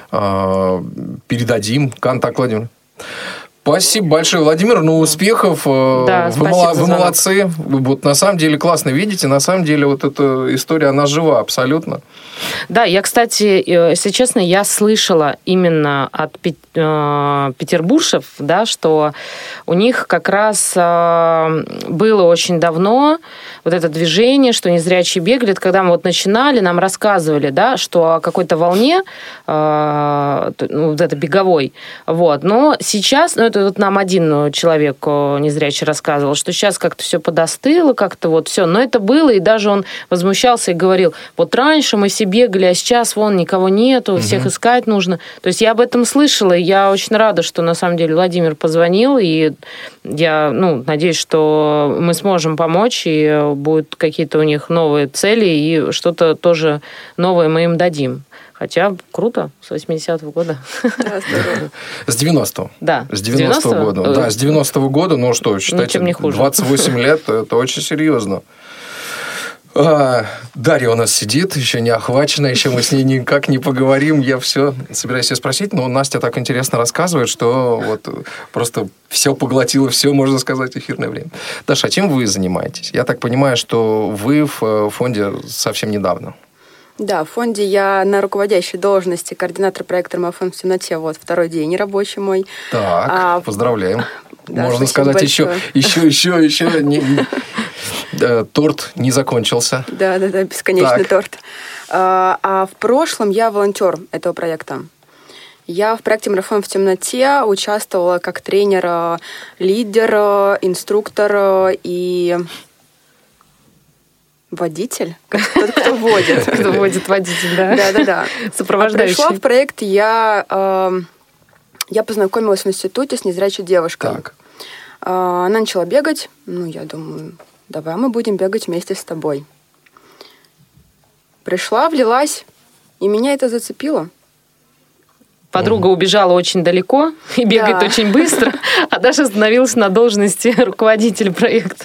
передадим контакт Владимира. Спасибо большое, Владимир. Ну, успехов.
Да,
вы молодцы. Вот на самом деле классно видите. На самом деле вот эта история, она жива абсолютно.
Да, я, кстати, если честно, я слышала именно от петербуржцев, да, что у них как раз было очень давно вот это движение, что незрячие бегали. Это когда мы вот начинали, нам рассказывали, да, что о какой-то волне, вот это беговой. Вот. Но сейчас, это вот нам один человек незрячий рассказывал, что сейчас как-то все подостыло, как-то вот все. Но это было, и даже он возмущался и говорил, вот раньше мы все бегали, а сейчас вон никого нету, всех искать нужно. То есть я об этом слышала, и я очень рада, что на самом деле Владимир позвонил, и я надеюсь, что мы сможем помочь, и будут какие-то у них новые цели, и что-то тоже новое мы им дадим. Хотя круто, с 80-го года.
Да, здорово.
С 90-го.
Да.
С 90-го года. Да, с 90-го года, ну что, считайте, 28 лет, это очень серьезно. Дарья у нас сидит, еще не охвачена, еще мы с ней никак не поговорим. Я все собираюсь ее спросить, но Настя так интересно рассказывает, что вот просто все поглотило, все, можно сказать, эфирное время. Даша, а чем вы занимаетесь? Я так понимаю, что вы в фонде совсем недавно.
Да, в фонде я на руководящей должности координатор проекта «Марафон в темноте». Вот, второй день рабочий мой.
Так, поздравляем.
Да,
можно сказать, еще. Торт не закончился.
Да, бесконечный торт. А в прошлом я волонтер этого проекта. Я в проекте «Марафон в темноте» участвовала как тренер, лидер, инструктор и водитель. Тот, кто водит.
Кто водит, водитель, да.
Да.
Сопровождающий.
Пришла в проект, я познакомилась в институте с незрячей девушкой.
Так.
Она начала бегать. Я думаю, давай мы будем бегать вместе с тобой. Пришла, влилась, и меня это зацепило.
Подруга убежала очень далеко и бегает очень быстро, а Даша остановилась на должности руководителя проекта.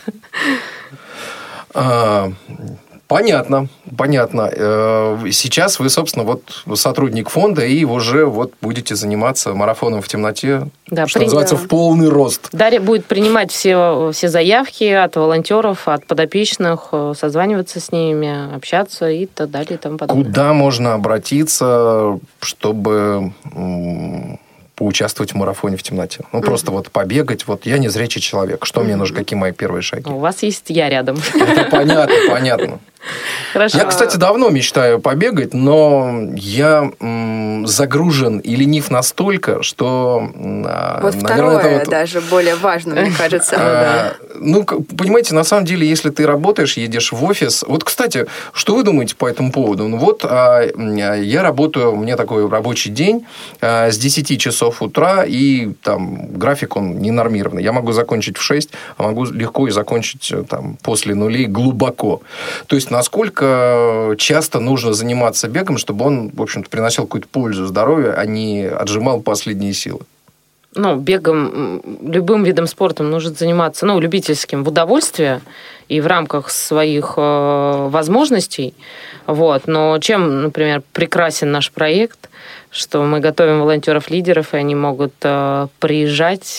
Понятно. Сейчас вы, собственно, вот сотрудник фонда и уже вот будете заниматься марафоном в темноте, что называется, в полный рост.
Дарья будет принимать все заявки от волонтеров, от подопечных, созваниваться с ними, общаться и так далее и тому подобное.
Куда можно обратиться, чтобы поучаствовать в марафоне в темноте? Просто вот побегать. Вот я незрячий человек. Что мне нужно? Какие мои первые шаги?
У вас есть я рядом.
Это понятно.
Хорошо.
Я, кстати, давно мечтаю побегать, но я загружен и ленив настолько, что...
Вот второе даже более важно, мне кажется.
Ну, понимаете, на самом деле, если ты работаешь, едешь в офис... Вот, кстати, что вы думаете по этому поводу? Ну, вот я работаю, у меня такой рабочий день с 10 часов утра, и там график, он не нормированный. Я могу закончить в 6, а могу легко и закончить там после нулей глубоко. То есть, насколько часто нужно заниматься бегом, чтобы он, в общем-то, приносил какую-то пользу здоровью, а не отжимал последние силы?
Ну, бегом, любым видом спорта нужно заниматься, ну, любительским, в удовольствие и в рамках своих возможностей. Вот. Но чем, например, прекрасен наш проект, что мы готовим волонтеров-лидеров, и они могут приезжать.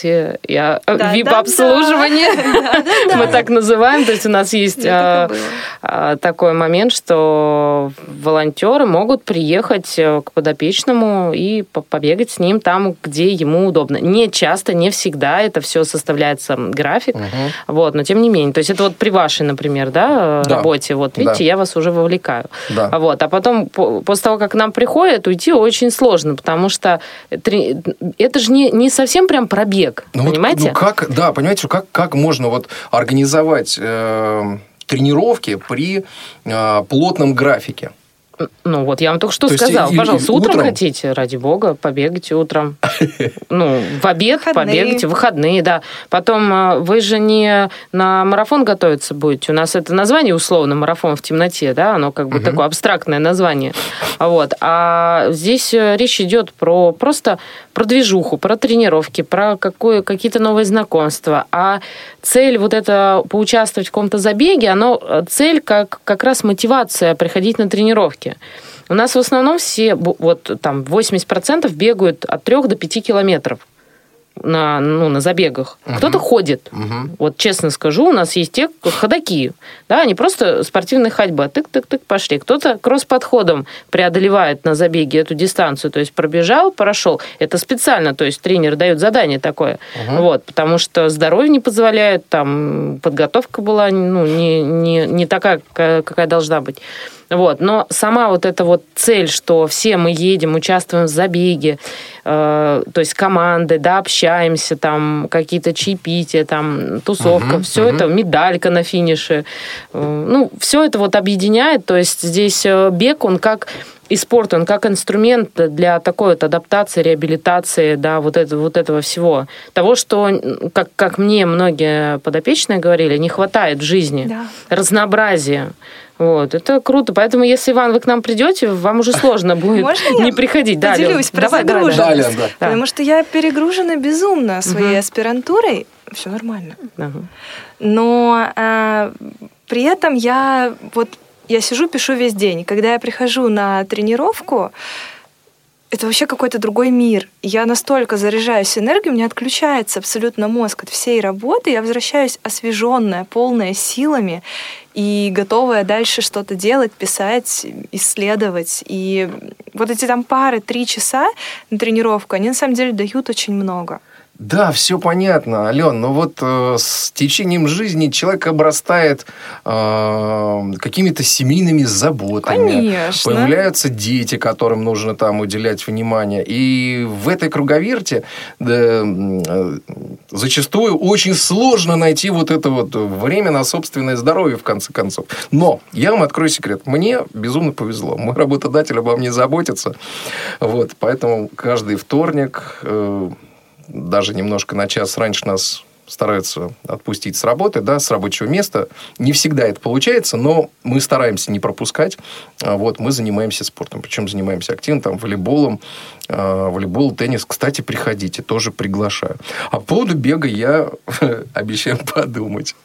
VIP-обслуживание, мы так называем. То есть у нас есть такой момент, что волонтеры могут приехать к подопечному и побегать с ним там, где ему удобно. Не часто, не всегда это все составляется график, вот, но тем не менее. То есть это вот при вашей, например, работе. Вот видите, я вас уже вовлекаю. Вот. А потом, после того, как к нам приходят, уйти очень сложно, потому что это же не совсем прям пробег, понимаете?
Понимаете, как можно вот организовать тренировки при плотном графике?
Ну, вот я вам только что сказала. Пожалуйста, утром хотите, ради бога, побегайте утром. Ну, в обед побегайте, выходные, да. Потом вы же не на марафон готовиться будете. У нас это название условно «Марафон в темноте», да, оно как бы такое абстрактное название. Вот. А здесь речь идет просто про движуху, про тренировки, про какие-то новые знакомства. А цель вот это поучаствовать в каком-то забеге, цель как раз мотивация приходить на тренировки. У нас в основном все, вот там 80% бегают от 3 до 5 километров на забегах. Кто-то ходит. Вот честно скажу, у нас есть те ходоки. Да, они просто спортивная ходьба. Тык-тык-тык, пошли. Кто-то кросс-подходом преодолевает на забеге эту дистанцию. То есть пробежал, прошел. Это специально. То есть тренер дает задание такое. Вот, потому что здоровье не позволяет. Там подготовка была не такая, какая должна быть. Вот. Но сама вот эта вот цель, что все мы едем, участвуем в забеге, то есть команды, да, общаемся, там какие-то чаепития, там тусовка, все это, медалька на финише. Ну, все это вот объединяет. То есть здесь бег, он как и спорт, он как инструмент для такой вот адаптации, реабилитации, да, вот этого всего. Того, что, как мне многие подопечные говорили, не хватает в жизни. Да. Разнообразия. Вот, это круто. Поэтому, если, Иван, вы к нам придете, вам уже сложно будет не приходить.
Поделюсь про загруженность. Потому что я перегружена безумно своей аспирантурой. Все нормально. Но при этом я сижу, пишу весь день. Когда я прихожу на тренировку, это вообще какой-то другой мир. Я настолько заряжаюсь энергией, у меня отключается абсолютно мозг от всей работы, я возвращаюсь освеженная, полная силами и готовая дальше что-то делать, писать, исследовать. И вот эти там 3 часа на тренировку, они на самом деле дают очень много.
Да, все понятно, Ален, но вот с течением жизни человек обрастает какими-то семейными заботами.
Конечно.
Появляются дети, которым нужно там уделять внимание. И в этой круговерте зачастую очень сложно найти вот это вот время на собственное здоровье, в конце концов. Но я вам открою секрет. Мне безумно повезло. Мой работодатель обо мне заботится. Вот, поэтому каждый вторник... даже немножко на час раньше нас стараются отпустить с работы, да, с рабочего места. Не всегда это получается, но мы стараемся не пропускать. Вот, мы занимаемся спортом, причем занимаемся активно, там, волейболом, волейбол, теннис. Кстати, приходите, тоже приглашаю. А по поводу бега я обещаю подумать.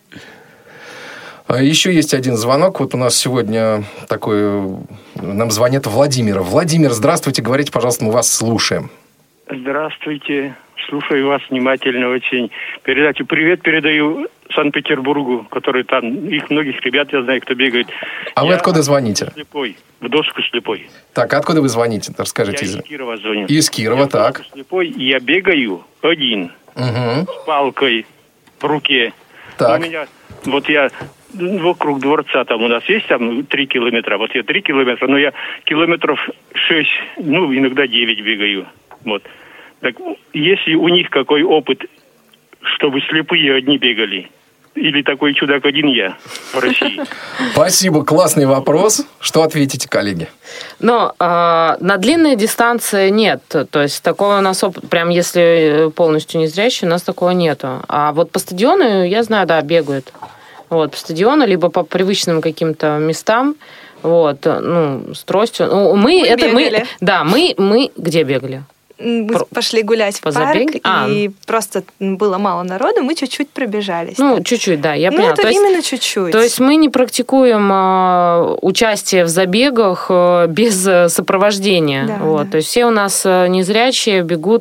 Еще есть один звонок. Вот у нас сегодня такой... Нам звонит Владимир. Владимир, здравствуйте. Говорите, пожалуйста, мы вас слушаем.
Здравствуйте. Слушаю вас внимательно очень. Передачу привет передаю Санкт-Петербургу, который там, их многих ребят, я знаю, кто бегает.
Вы откуда звоните?
Слепой, в доску слепой.
Так, а откуда вы звоните? Расскажите.
Я из Кирова звоню.
Из Кирова, так.
Слепой, я бегаю один, с палкой в руке.
Так.
У меня, я вокруг дворца, там у нас есть там 3 километра, вот я 3 километра, но я километров 6, иногда 9 бегаю. Вот. Так, если у них какой опыт, чтобы слепые одни бегали? Или такой чудак один я в России?
Спасибо, классный вопрос. Что ответите, коллеги?
Но на длинные дистанции нет. То есть такого у нас прям если полностью незрячий, у нас такого нету. А вот по стадиону, я знаю, да, бегают. Вот, по стадиону, либо по привычным каким-то местам. Вот, ну, с тростью. Ну, мы где бегали?
Мы пошли гулять в парк, и просто было мало народу, мы чуть-чуть пробежались.
Ну, чуть-чуть, да, я поняла.
Ну, это именно чуть-чуть.
То есть мы не практикуем участие в забегах без сопровождения.
Да,
вот.
да.
То есть все у нас незрячие бегут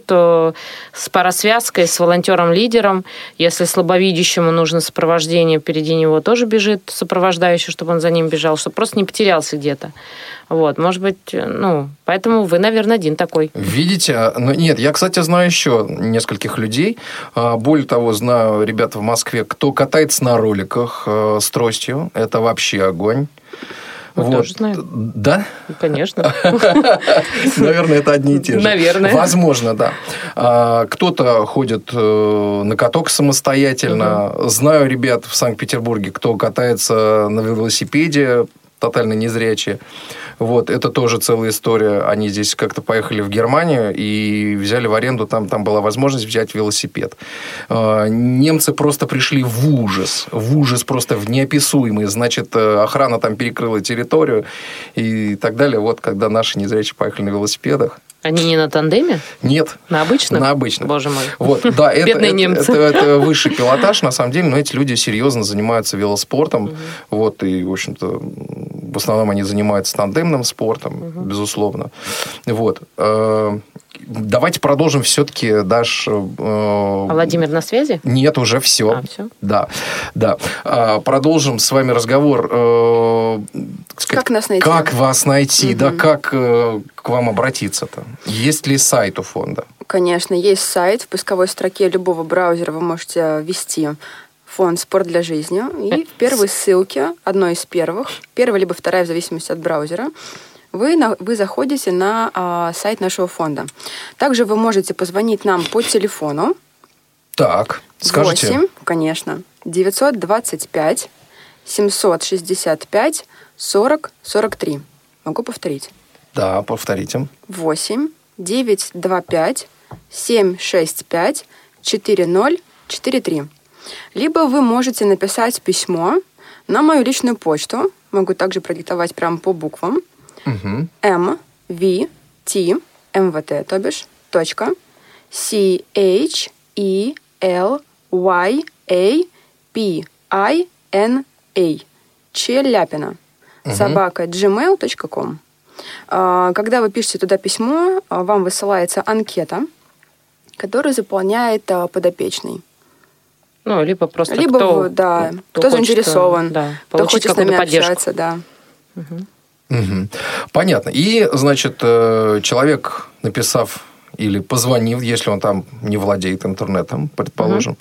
с парасвязкой, с волонтером-лидером. Если слабовидящему нужно сопровождение, впереди него тоже бежит сопровождающий, чтобы он за ним бежал, чтобы просто не потерялся где-то. Вот, может быть, ну, поэтому вы, наверное, один такой.
Видите? Но нет, я, кстати, знаю еще нескольких людей. Более того, знаю ребят в Москве, кто катается на роликах с тростью. Это вообще огонь.
Мы тоже знаем.
Да?
Конечно.
Наверное, это одни и те же.
Наверное.
Возможно, да. Кто-то ходит на каток самостоятельно. Знаю ребят в Санкт-Петербурге, кто катается на велосипеде, тотально незрячие. Вот, это тоже целая история. Они здесь как-то поехали в Германию и взяли в аренду, там была возможность взять велосипед. Немцы просто пришли в ужас просто в неописуемый. Значит, охрана там перекрыла территорию и так далее. Вот, когда наши незрячие поехали на велосипедах.
Они не на тандеме?
Нет.
На обычном?
На обычном.
Боже мой.
Вот, да,
Бедные немцы.
Это высший пилотаж, на самом деле, но эти люди серьезно занимаются велоспортом. Вот, и, в общем-то, в основном они занимаются тандемным спортом, безусловно. Вот. Давайте продолжим все-таки, Даш...
Владимир на связи?
Нет, уже все.
Все?
Да. Продолжим с вами разговор.
Как нас найти?
Как вас найти, да, как к вам обратиться-то? Есть ли сайт у фонда?
Конечно, есть сайт. В поисковой строке любого браузера вы можете ввести фонд «Спорт для жизни». И в первой ссылке, одной из первых, первая либо вторая, в зависимости от браузера, вы заходите на сайт нашего фонда. Также вы можете позвонить нам по телефону.
Так, скажите.
8, конечно, 925 765 40 43. Могу повторить.
Да, повторите.
8 925 765 4043. Либо вы можете написать письмо на мою личную почту. Могу также продиктовать прямо по буквам. MVT, то бишь, CHELYAPINA, Челяпина, @gmail.com. Когда вы пишете туда письмо, вам высылается анкета, которую заполняет подопечный.
Ну, либо просто
кто заинтересован, кто хочет с нами общаться, да.
Понятно. И, значит, человек, написав или позвонив, если он там не владеет интернетом, предположим,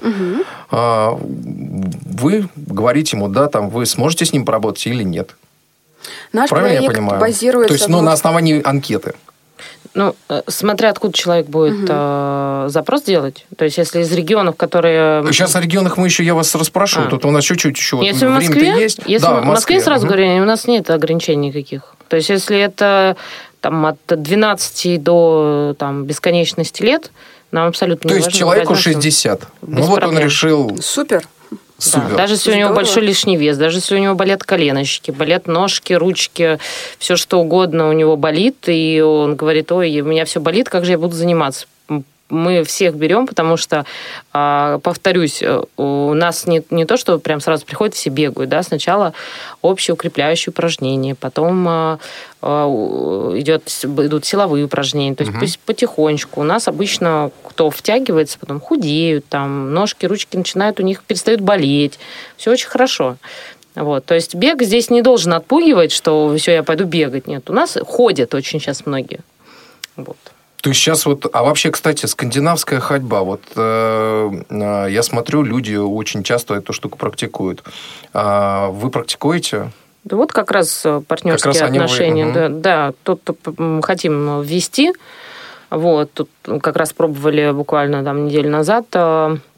вы говорите ему, да, там вы сможете с ним поработать или нет.
Наш
правильно
проект
я понимаю?
базируется...
То есть, на основании анкеты.
Ну, смотря откуда человек будет запрос делать. То есть, если из регионов, которые...
Сейчас о регионах я вас расспрошу. Тут у нас чуть-чуть еще
если
вот, время-то есть.
Если в Москве сразу говорю, у нас нет ограничений никаких. То есть, если это там, от 12 до бесконечности лет, нам абсолютно не важно.
То есть, человеку 60. Ну, вот он решил...
Супер.
Да, даже если у него большой лишний вес, даже если у него болят коленочки, болят ножки, ручки, все что угодно у него болит, и он говорит: ой, у меня все болит, как же я буду заниматься? Мы всех берем, потому что, повторюсь, у нас не то, что прям сразу приходят, все бегают, да, сначала общеукрепляющие упражнения, потом идут силовые упражнения, то есть пусть потихонечку. У нас обычно кто втягивается, потом худеют, ножки, ручки начинают у них перестают болеть, все очень хорошо. Вот, то есть бег здесь не должен отпугивать, что все, я пойду бегать. Нет, у нас ходят очень сейчас многие. Вот.
То есть сейчас а вообще, кстати, скандинавская ходьба, я смотрю, люди очень часто эту штуку практикуют. Вы практикуете?
Да вот как раз партнерские отношения. Да, тут хотим ввести. Вот, тут как раз пробовали буквально неделю назад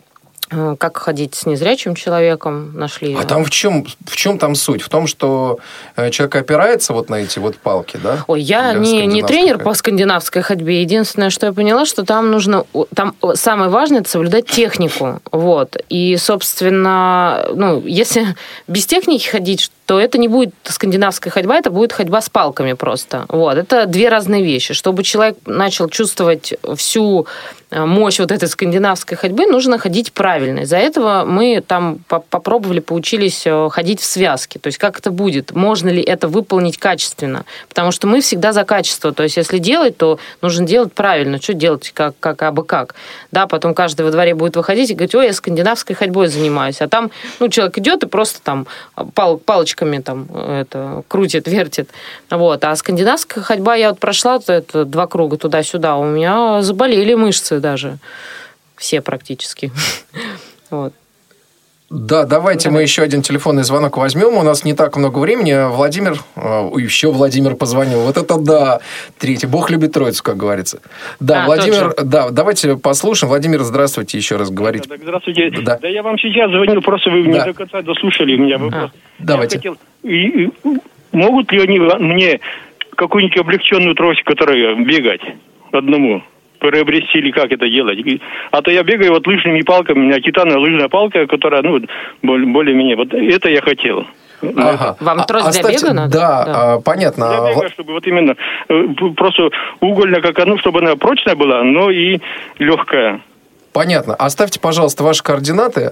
как ходить с незрячим человеком, нашли.
А там в чем там суть? В том, что человек опирается вот на эти вот палки, да?
Ой, я не тренер по скандинавской ходьбе. Единственное, что я поняла, что там самое важное – это соблюдать технику. Вот. И, собственно, если без техники ходить, то это не будет скандинавская ходьба, это будет ходьба с палками просто. Вот. Это две разные вещи. Чтобы человек начал чувствовать всю мощь вот этой скандинавской ходьбы, нужно ходить правильно. Из-за этого мы там попробовали, поучились ходить в связке. То есть как это будет? Можно ли это выполнить качественно? Потому что мы всегда за качество. То есть если делать, то нужно делать правильно. Что делать как абы как? Да, потом каждый во дворе будет выходить и говорить: ой, я скандинавской ходьбой занимаюсь. А там человек идет и просто там палочками там крутит, вертит. Вот. А скандинавская ходьба, я вот прошла 2 круга туда-сюда, у меня заболели мышцы даже. Все практически. Вот.
Да, давайте мы еще один телефонный звонок возьмем. У нас не так много времени. Владимир, еще Владимир позвонил. Вот это да. Третий. Бог любит троицу, как говорится. Да, Владимир, да, давайте послушаем. Владимир, здравствуйте, еще раз говорите.
Здравствуйте. Да, я вам сейчас звонил, просто вы не до конца дослушали меня вопрос.
Давайте.
Могут ли они мне какую-нибудь облегченную трость, которая бегать одному, приобрести или как это делать? А то я бегаю вот лыжными палками, у меня титановая лыжная палка, которая, более-менее, вот это я хотел.
Ага.
Вам трость для бега надо?
Да, понятно.
Для бега, чтобы вот именно просто угольная, чтобы она прочная была, но и легкая.
Понятно. Оставьте, пожалуйста, ваши координаты.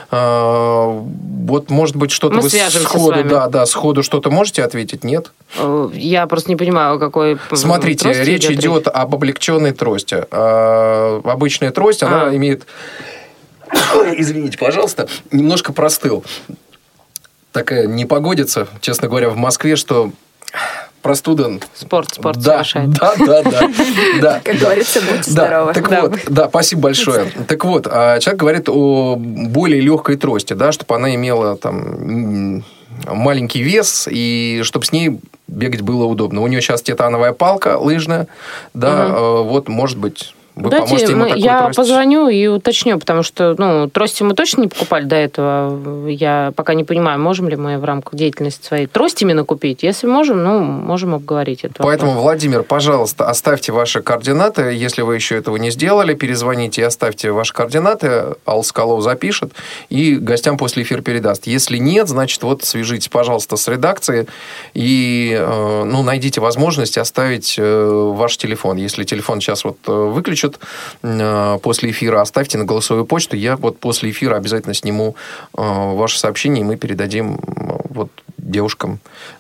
Вот, может быть, что-то
мы
вы сходу, сходу что-то можете ответить? Нет?
Я просто не понимаю, какой.
Смотрите, речь идет об облегченной трости. Обычная трость, она имеет, извините, пожалуйста, немножко простыл. Такая непогодица, честно говоря, в Москве, что простуда.
Спорт совершает.
Да.
Как говорится, будьте здоровы.
Так вот, спасибо большое. Так вот, человек говорит о более легкой трости, да, чтобы она имела там маленький вес, и чтобы с ней бегать было удобно. У нее сейчас титановая палка лыжная, да, вот, может быть... Вы поможете ему такую
я
трость?
Позвоню и уточню, потому что трости мы точно не покупали до этого. Я пока не понимаю, можем ли мы в рамках деятельности своей трость именно купить. Если можем, можем обговорить это.
Поэтому, Владимир, пожалуйста, оставьте ваши координаты. Если вы еще этого не сделали, перезвоните и оставьте ваши координаты. Алла Соколова запишет и гостям после эфира передаст. Если нет, значит, вот свяжитесь, пожалуйста, с редакцией и найдите возможность оставить ваш телефон. Если телефон сейчас вот выключат после эфира, оставьте на голосовую почту. Я вот после эфира обязательно сниму ваше сообщение, и мы передадим вот девушкам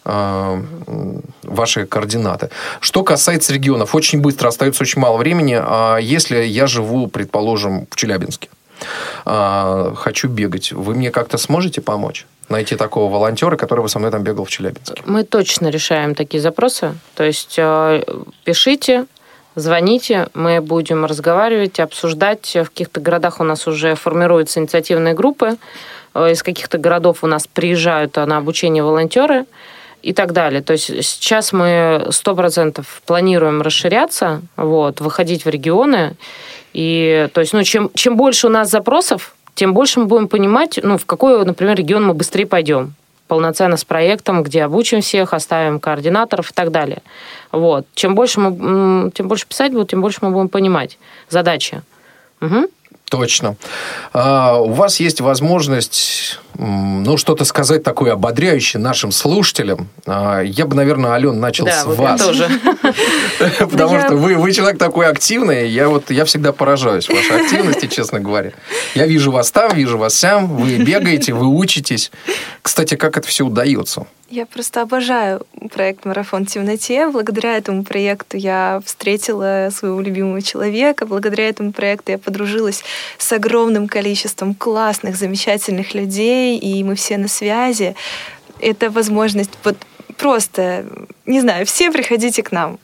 ваши координаты. Что касается регионов, очень быстро, остается очень мало времени. Если я живу, предположим, в Челябинске, хочу бегать, вы мне как-то сможете помочь? Найти такого волонтера, который бы со мной там бегал в Челябинске?
Мы точно решаем такие запросы. То есть пишите, звоните, мы будем разговаривать, обсуждать. В каких-то городах у нас уже формируются инициативные группы, из каких-то городов у нас приезжают на обучение волонтеры и так далее. То есть сейчас мы 100% планируем расширяться, выходить в регионы. И, то есть, чем больше у нас запросов, тем больше мы будем понимать, в какой, например, регион мы быстрее пойдем. Полноценно с проектом, где обучим всех, оставим координаторов и так далее. Чем больше писать будут, тем больше мы будем понимать задачи. Угу.
Точно. У вас есть возможность, что-то сказать такое ободряющее нашим слушателям. Я бы, наверное, Ален, начал с вас.
Я тоже.
Потому что вы человек такой активный. Я всегда поражаюсь вашей активности, честно говоря. Я вижу вас там, вижу вас сям. Вы бегаете, вы учитесь. Кстати, как это все удается?
Я просто обожаю проект «Марафон в темноте». Благодаря этому проекту я встретила своего любимого человека. Благодаря этому проекту я подружилась с огромным количеством классных, замечательных людей, и мы все на связи. Это возможность просто, не знаю, все приходите к нам.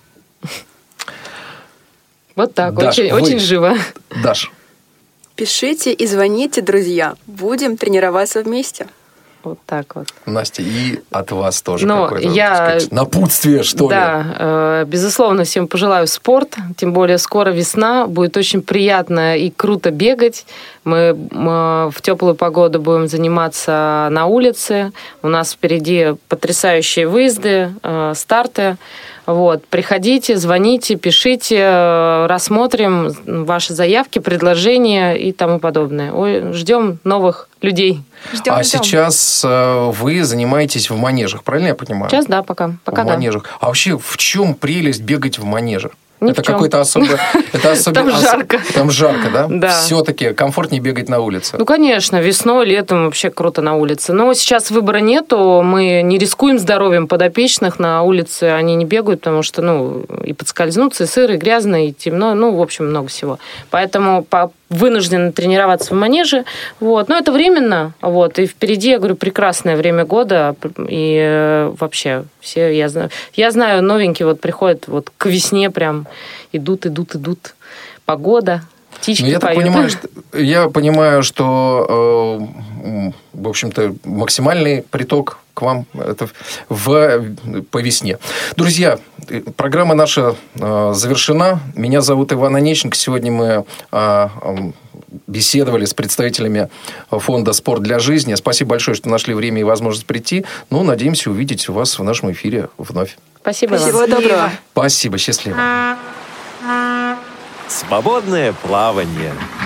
Вот так, Даш, очень живо.
Даш.
Пишите и звоните, друзья. Будем тренироваться вместе.
Вот так вот.
Настя, и от вас тоже какое-то, так сказать, напутствие, что ли?
Да, безусловно, всем пожелаю спорт, тем более скоро весна, будет очень приятно и круто бегать. Мы в теплую погоду будем заниматься на улице, у нас впереди потрясающие выезды, старты. Вот, приходите, звоните, пишите, рассмотрим ваши заявки, предложения и тому подобное. Ждем новых людей.
Ждем. Сейчас вы занимаетесь в манежах, правильно я понимаю?
Сейчас, да, пока
в манежах. А вообще, в чем прелесть бегать в манеже?
Ни
это
в чем.
Какой-то особый...
Там жарко.
Там жарко, да?
Да.
Все-таки комфортнее бегать на улице.
Ну, конечно, весной, летом вообще круто на улице. Но сейчас выбора нету, мы не рискуем здоровьем подопечных на улице, они не бегают, потому что, и подскользнуться, и сыро, и грязно, и темно, в общем, много всего. Поэтому вынуждены тренироваться в манеже, вот. Но это временно, вот. И впереди, я говорю, прекрасное время года, и вообще все, я знаю, новенькие вот приходят вот к весне прям, идут, погода, птички поют.
Я понимаю, что, в общем-то, максимальный приток к вам это по весне. Друзья, программа наша завершена. Меня зовут Иван Онищенко. Сегодня мы беседовали с представителями фонда «Спорт для жизни». Спасибо большое, что нашли время и возможность прийти. Надеемся увидеть вас в нашем эфире вновь.
Спасибо.
Всего доброго.
Спасибо, счастливо.
Свободное плавание.